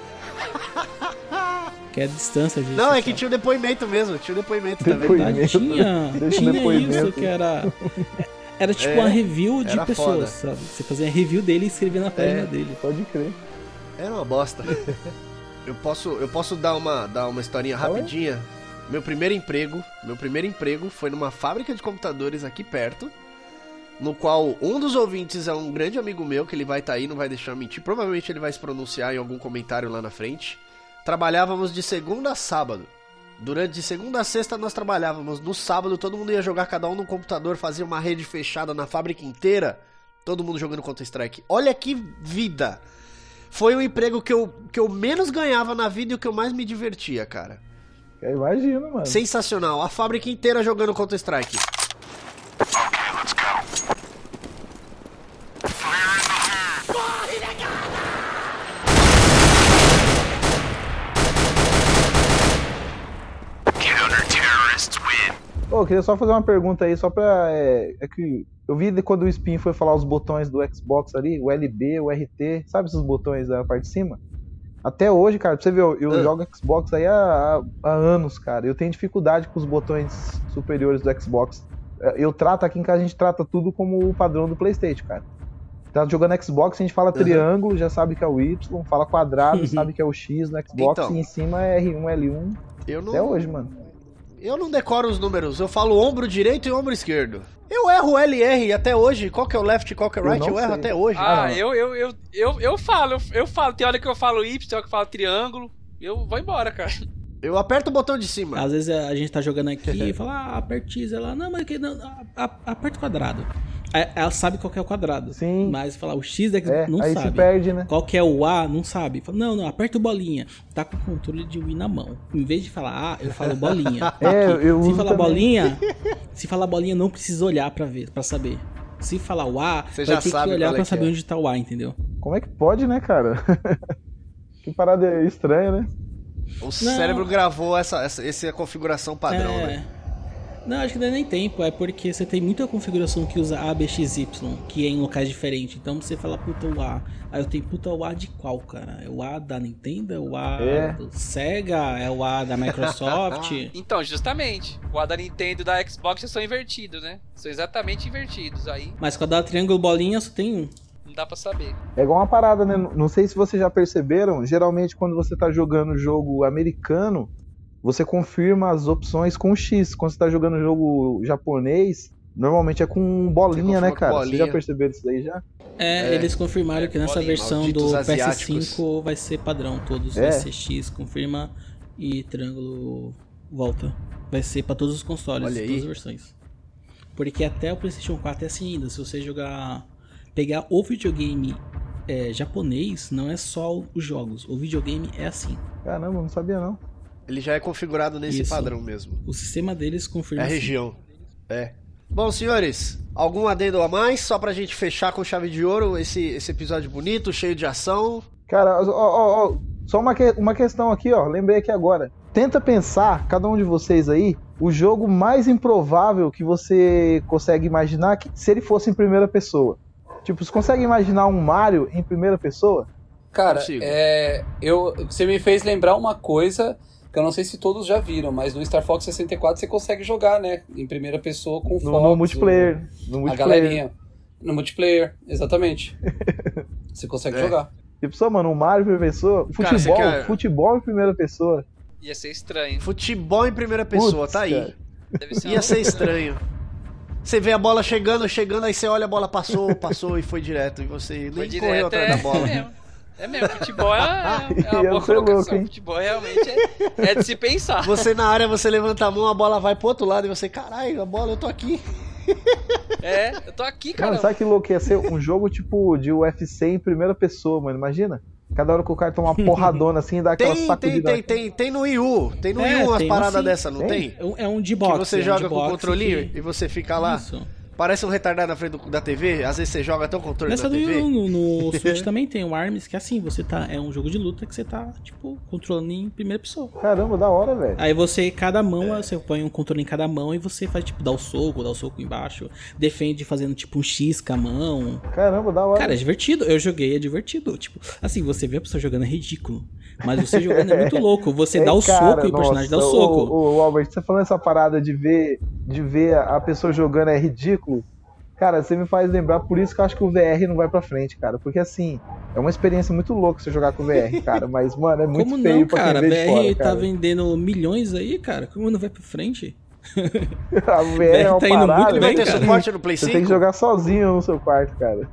Que é a distância disso. Não, é que tinha o depoimento mesmo, tinha o depoimento também. Verdade, tinha isso que era tipo uma review de pessoas, sabe? Você fazia a review dele e escrevia na página dele. Pode crer. Era uma bosta. Eu posso dar uma historinha rapidinha. Meu primeiro emprego foi numa fábrica de computadores aqui perto, no qual um dos ouvintes é um grande amigo meu, que ele vai estar aí, não vai deixar eu mentir. Provavelmente ele vai se pronunciar em algum comentário lá na frente. Trabalhávamos de segunda a sábado. De segunda a sexta nós trabalhávamos. No sábado todo mundo ia jogar, cada um no computador, fazia uma rede fechada na fábrica inteira. Todo mundo jogando Counter-Strike. Olha que vida! Foi o emprego que eu menos ganhava na vida e o que eu mais me divertia, cara. Eu imagino, mano. Sensacional. A fábrica inteira jogando Counter-Strike. Okay, let's go. Counter-terrorists win. Eu queria só fazer uma pergunta aí, só pra... É que eu vi quando o Spin foi falar os botões do Xbox ali, o LB, o RT, sabe esses botões da parte de cima? Até hoje, cara, pra você ver, eu jogo Xbox aí há anos, cara. Eu tenho dificuldade com os botões superiores do Xbox. Eu trato aqui em casa, a gente trata tudo como o padrão do PlayStation, cara. Tá jogando Xbox, a gente fala triângulo, já sabe que é o Y, fala quadrado, sabe que é o X no Xbox, Então, e em cima é R1, L1. Até hoje, mano. Eu não decoro os números, eu falo ombro direito e ombro esquerdo. Eu erro LR até hoje, qual que é o left, qual que é o right, eu erro até hoje. Eu falo, tem hora que eu falo Y, tem hora que eu falo triângulo, eu vou embora, cara. Eu aperto o botão de cima. Às vezes a gente tá jogando aqui e fala, aperta X, ela, não, mas que não, aperta o quadrado. ela sabe qual que é o quadrado. Sim. Mas falar o X é que não aí sabe. se perde, né? Qual que é o A, não sabe. Fala, não, aperta o bolinha. Tá com o controle de Wii na mão. Em vez de falar A, eu falo bolinha. Eu se uso falar também. bolinha, não precisa olhar pra saber. Se falar o A, Você vai já ter sabe que olhar qual é pra que saber é. onde tá o A, entendeu? Como é que pode, né, cara? Que parada estranha, né? O cérebro gravou essa configuração padrão, né? Não, acho que não é nem tempo, é porque você tem muita configuração que usa A, B, X, Y, que é em locais diferentes. Então você fala puta o A. Aí eu tenho puta o A de qual, cara? É o A da Nintendo? É o A do Sega? É o A da Microsoft? Então, justamente, o A da Nintendo e da Xbox já são invertidos, né? São exatamente invertidos, aí Mas quando dá triângulo bolinha só tem um. não dá pra saber. É igual uma parada, né? Não sei se vocês já perceberam, geralmente quando você tá jogando jogo americano, você confirma as opções com X. Quando você tá jogando jogo japonês, normalmente é com bolinha, né, cara? Vocês já perceberam isso daí já? Eles confirmaram que nessa bolinha, versão do malditos PS5 asiáticos. vai ser padrão, todos vai ser X, confirma, e triângulo volta. Vai ser pra todos os consoles, Olha aí. todas as versões. Porque até o PlayStation 4 é assim ainda, se você pegar o videogame japonês, não é só os jogos, o videogame é assim. Caramba, não sabia não. Ele já é configurado nesse Isso. padrão mesmo. O sistema deles confirma É a assim. região. É. Bom, senhores, algum adendo a mais? Só pra gente fechar com chave de ouro esse episódio bonito, cheio de ação. Cara, só uma questão aqui, ó. Lembrei aqui agora. Tenta pensar, cada um de vocês aí, o jogo mais improvável que você consegue imaginar se ele fosse em primeira pessoa. Tipo, você consegue imaginar um Mario em primeira pessoa? Cara, Consigo. você me fez lembrar uma coisa que eu não sei se todos já viram, mas no Star Fox 64 você consegue jogar, né? Em primeira pessoa com o Fox. No multiplayer. A galerinha. No multiplayer, exatamente. Você consegue jogar. Tipo, só, mano, um Mario em primeira pessoa, Cara, você quer- futebol em primeira pessoa. Ia ser estranho. Futebol em primeira pessoa, Putz, tá aí. cara. Deve ser Ia ser estranho. Você vê a bola chegando, aí você olha a bola passou e foi direto. E você Foi nem correu atrás da bola. É mesmo, futebol é uma Ia boa ser louco, colocação. hein? Futebol realmente é de se pensar. Você na área, você levanta a mão, a bola vai pro outro lado e você, caralho, a bola, eu tô aqui. Eu tô aqui, Mano, cara. sabe que louco ia ser um jogo tipo de UFC em primeira pessoa, mano? Imagina? Cada hora que o cara toma uma porradona assim, dá aquela sacudida. Tem no Wii U. Tem no Wii U umas tem paradas assim. dessa, não tem? É um de boxe. Que você é um joga de com o boxe controlinho que- e você fica lá. Isso. Parece um retardado na frente da TV. Às vezes você joga até o controle Nessa na do TV. no Switch também tem o Arms, que é assim, é um jogo de luta que você tá, tipo, controlando em primeira pessoa. Caramba, da hora, velho. Aí cada mão, você põe um controle em cada mão e você faz, tipo, dá o soco embaixo, defende fazendo, tipo, um X com a mão. Caramba, da hora. Cara, é divertido, eu joguei, é divertido. Tipo, assim, você vê a pessoa jogando é ridículo, mas você jogando é muito louco. Você dá o cara, soco e o personagem dá o nossa, soco. Ô, Albert, você falando essa parada de ver a pessoa jogando é ridículo. Cara, você me faz lembrar, por isso que eu acho que o VR não vai pra frente, cara. Porque assim, é uma experiência muito louca você jogar com o VR, cara. Mas, mano, é muito Como feio não, pra cara? quem vê de fora, VR tá cara. vendendo milhões aí, cara. Como não vai pra frente? A VR é uma tá indo muito parada. Ele vai bem, ter cara. suporte no Play 5? Você tem que jogar sozinho no seu quarto, cara.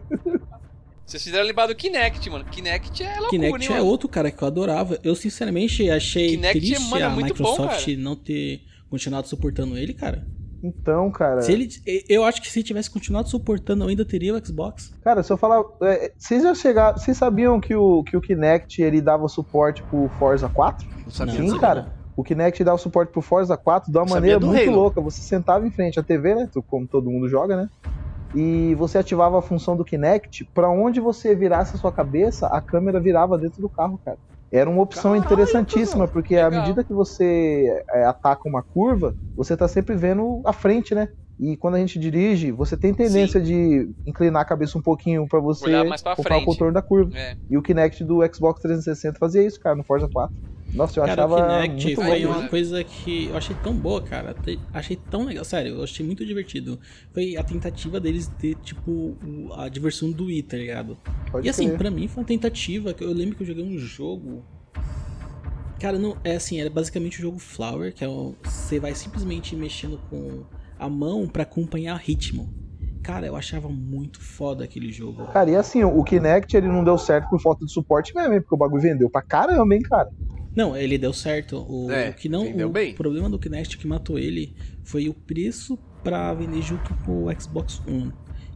Vocês fizeram lembrar do Kinect, mano. Kinect é loucura, Kinect hein, é mano? outro, cara, que eu adorava. Eu, sinceramente, achei Kinect, triste mano, é a muito bom, Microsoft cara. não ter continuado suportando ele, cara. Então, cara. Eu acho que se tivesse continuado suportando, eu ainda teria o Xbox. Cara, se eu falar. Vocês sabiam que o Kinect ele dava suporte pro Forza 4? Não sabia Não. Sim, cara. O Kinect dava suporte pro Forza 4 de uma Sabia maneira do muito Halo. louca. Você sentava em frente à TV, né? Como todo mundo joga, né? E você ativava a função do Kinect. Pra onde você virasse a sua cabeça, a câmera virava dentro do carro, cara. Era uma opção Caralho, interessantíssima, porque à Legal. medida que você ataca uma curva, você tá sempre vendo a frente, né? E quando a gente dirige, você tem tendência de inclinar a cabeça um pouquinho pra você Olhar mais pra focar o frente. contorno da curva. É. E o Kinect do Xbox 360 fazia isso, cara, no Forza 4. Nossa, eu Cara, o achava Kinect muito foi louco. uma coisa que eu achei tão boa, cara. Achei tão legal. Sério, eu achei muito divertido. Foi a tentativa deles ter, tipo, a diversão do Wii, tá ligado? Pode E assim, crer. pra mim foi uma tentativa. Que eu lembro que eu joguei um jogo. Cara, não. É assim, era basicamente o jogo Flower, que é você vai simplesmente mexendo com a mão pra acompanhar ritmo. Cara, eu achava muito foda aquele jogo. Cara, e assim, o Kinect ele não deu certo por falta de suporte mesmo, hein? Porque o bagulho vendeu pra caramba, hein, cara. Não, ele deu certo. O vendeu bem. problema do Kinect que matou ele foi o preço pra vender junto com o Xbox One.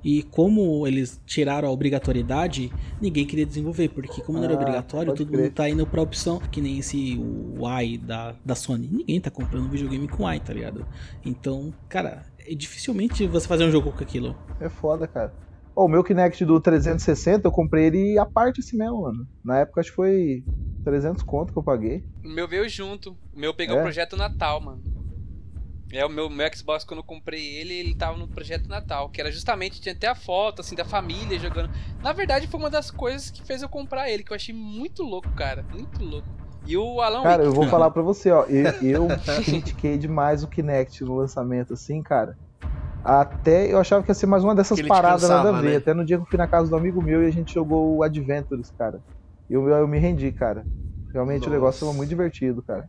E como eles tiraram a obrigatoriedade, ninguém queria desenvolver, porque como não era obrigatório, pode todo crer. mundo tá indo pra opção, que nem o AI da Sony. Ninguém tá comprando videogame com AI, tá ligado? Então, cara, dificilmente você fazer um jogo com aquilo. É foda, cara. O meu Kinect do 360, eu comprei ele à parte assim mesmo, mano. Na época acho que foi 300 conto que eu paguei. O meu veio junto. O meu pegou É? o projeto Natal, mano. O meu Xbox, quando eu comprei ele tava no projeto Natal, que era justamente, tinha até a foto, assim, da família jogando. Na verdade, foi uma das coisas que fez eu comprar ele, que eu achei muito louco, cara. Muito louco. E o Alan Cara, Wake. eu vou falar pra você, ó. Eu critiquei demais o Kinect no lançamento, assim, cara. Até eu achava que ia ser mais uma dessas Que ele te paradas nada cansava, a ver. né? Até no dia que eu fui na casa do amigo meu e a gente jogou o Adventures, cara. Eu me rendi, cara. Realmente Nossa. o negócio foi muito divertido, cara.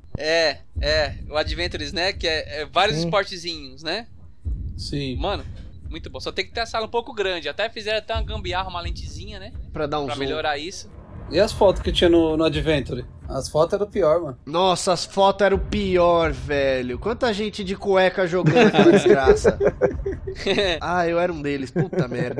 O Adventures, né? Que é vários Sim. esportezinhos, né? Sim. Mano, muito bom. Só tem que ter a sala um pouco grande. Até fizeram até uma gambiarra, uma lentezinha, né? Pra dar um Pra zoom. melhorar isso. E as fotos que tinha no Adventure? As fotos eram pior, mano. Nossa, as fotos eram o pior, velho. Quanta gente de cueca jogando aquela desgraça. Ah, eu era um deles. Puta merda.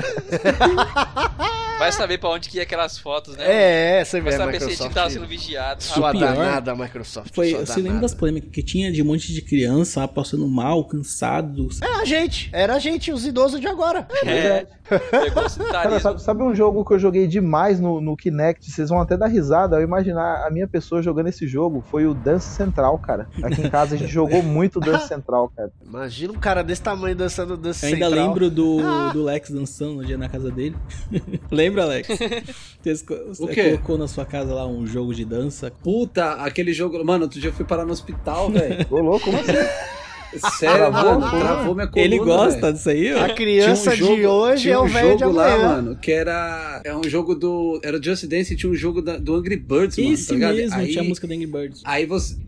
Vai saber pra onde que ia aquelas fotos, né? Você vê Vai a saber se a gente Microsoft. tava sendo vigiado. Sua O pior danada, Microsoft. Foi, sua você lembra danada. das polêmicas que tinha de um monte de criança passando mal, cansados? É a gente. Era a gente, os idosos de agora. Pegou o Cara, sanitarismo. sabe um jogo que eu joguei demais no Kinect? Vocês vão até dar risada ao imaginar a minha pessoa jogando esse jogo. Foi o Dance Central, cara. Aqui em casa a gente jogou muito Dance Central, cara. Imagina um cara desse tamanho dançando Dance Eu ainda Central. lembro do Lex dançando no dia na casa dele. Lembra, Lex? Você O quê? colocou na sua casa lá um jogo de dança. Puta, aquele jogo. Mano, outro dia eu fui parar no hospital, velho. Ô, louco, como assim? Sério, Travou, mano. pô. Travou minha coluna. Ele gosta velho. disso aí, ó. A criança de hoje é o velho de jogo lá, amanhã. mano, que era. É um jogo do. Era o Just Dance e tinha um jogo do Angry Birds, mano. Esse tá ligado? mesmo, Aí, tinha a música da Angry Birds. Aí você.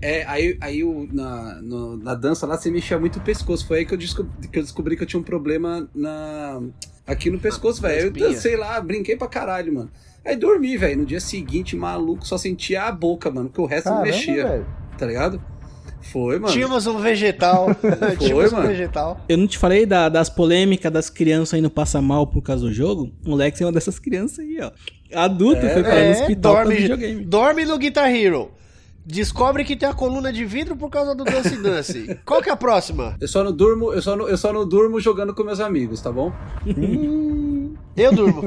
Na dança lá você mexia muito o pescoço. Foi aí que eu descobri que eu tinha um problema aqui no pescoço, velho. Eu espinha. dancei lá, brinquei pra caralho, mano. Aí dormi, velho. No dia seguinte, maluco, só sentia a boca, mano, porque o resto não Caramba, mexia. velho. Tá ligado? Foi, mano. Tínhamos um vegetal. Tínhamos um mano. vegetal. Eu não te falei das polêmicas das crianças indo passar mal por causa do jogo? O Lex é uma dessas crianças aí, ó. Adulto, foi parar no hospital por causa do videogame. Dorme no Guitar Hero. Descobre que tem a coluna de vidro por causa do Dance Dance. Qual que é a próxima? Eu só não durmo jogando com meus amigos, tá bom? Eu durmo.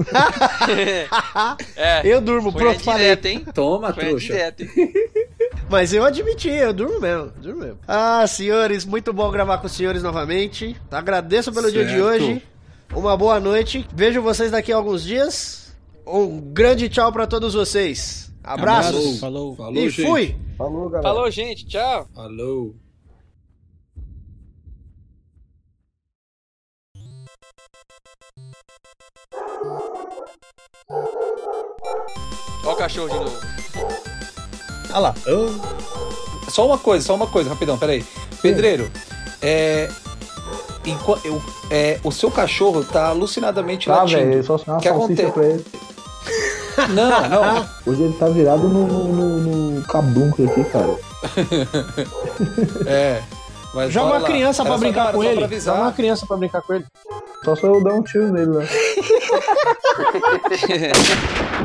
Eu durmo, Foi a pronto, falei. direta, hein? Toma, Foi a trouxa. direta, hein? Mas eu admiti, eu durmo mesmo. Ah, senhores, muito bom gravar com os senhores novamente. Agradeço pelo dia de Certo. hoje. Uma boa noite. Vejo vocês daqui a alguns dias. Um grande tchau pra todos vocês. Abraços. Falou. Falou, E gente. fui. Falou, galera. Falou, gente. Tchau. Falou. Ó o cachorro de novo. Ah lá. Só uma coisa, rapidão, peraí. Pedreiro, o seu cachorro tá alucinadamente Tá, latindo. velho, só uma Que salsicha acontece? pra ele. Não. Hoje ele tá virado no cabunco aqui, cara. Mas Já bora uma lá. criança pra Era só brincar pra com ele. Já avisar. uma criança pra brincar com ele. Só eu dar um tiro nele, né?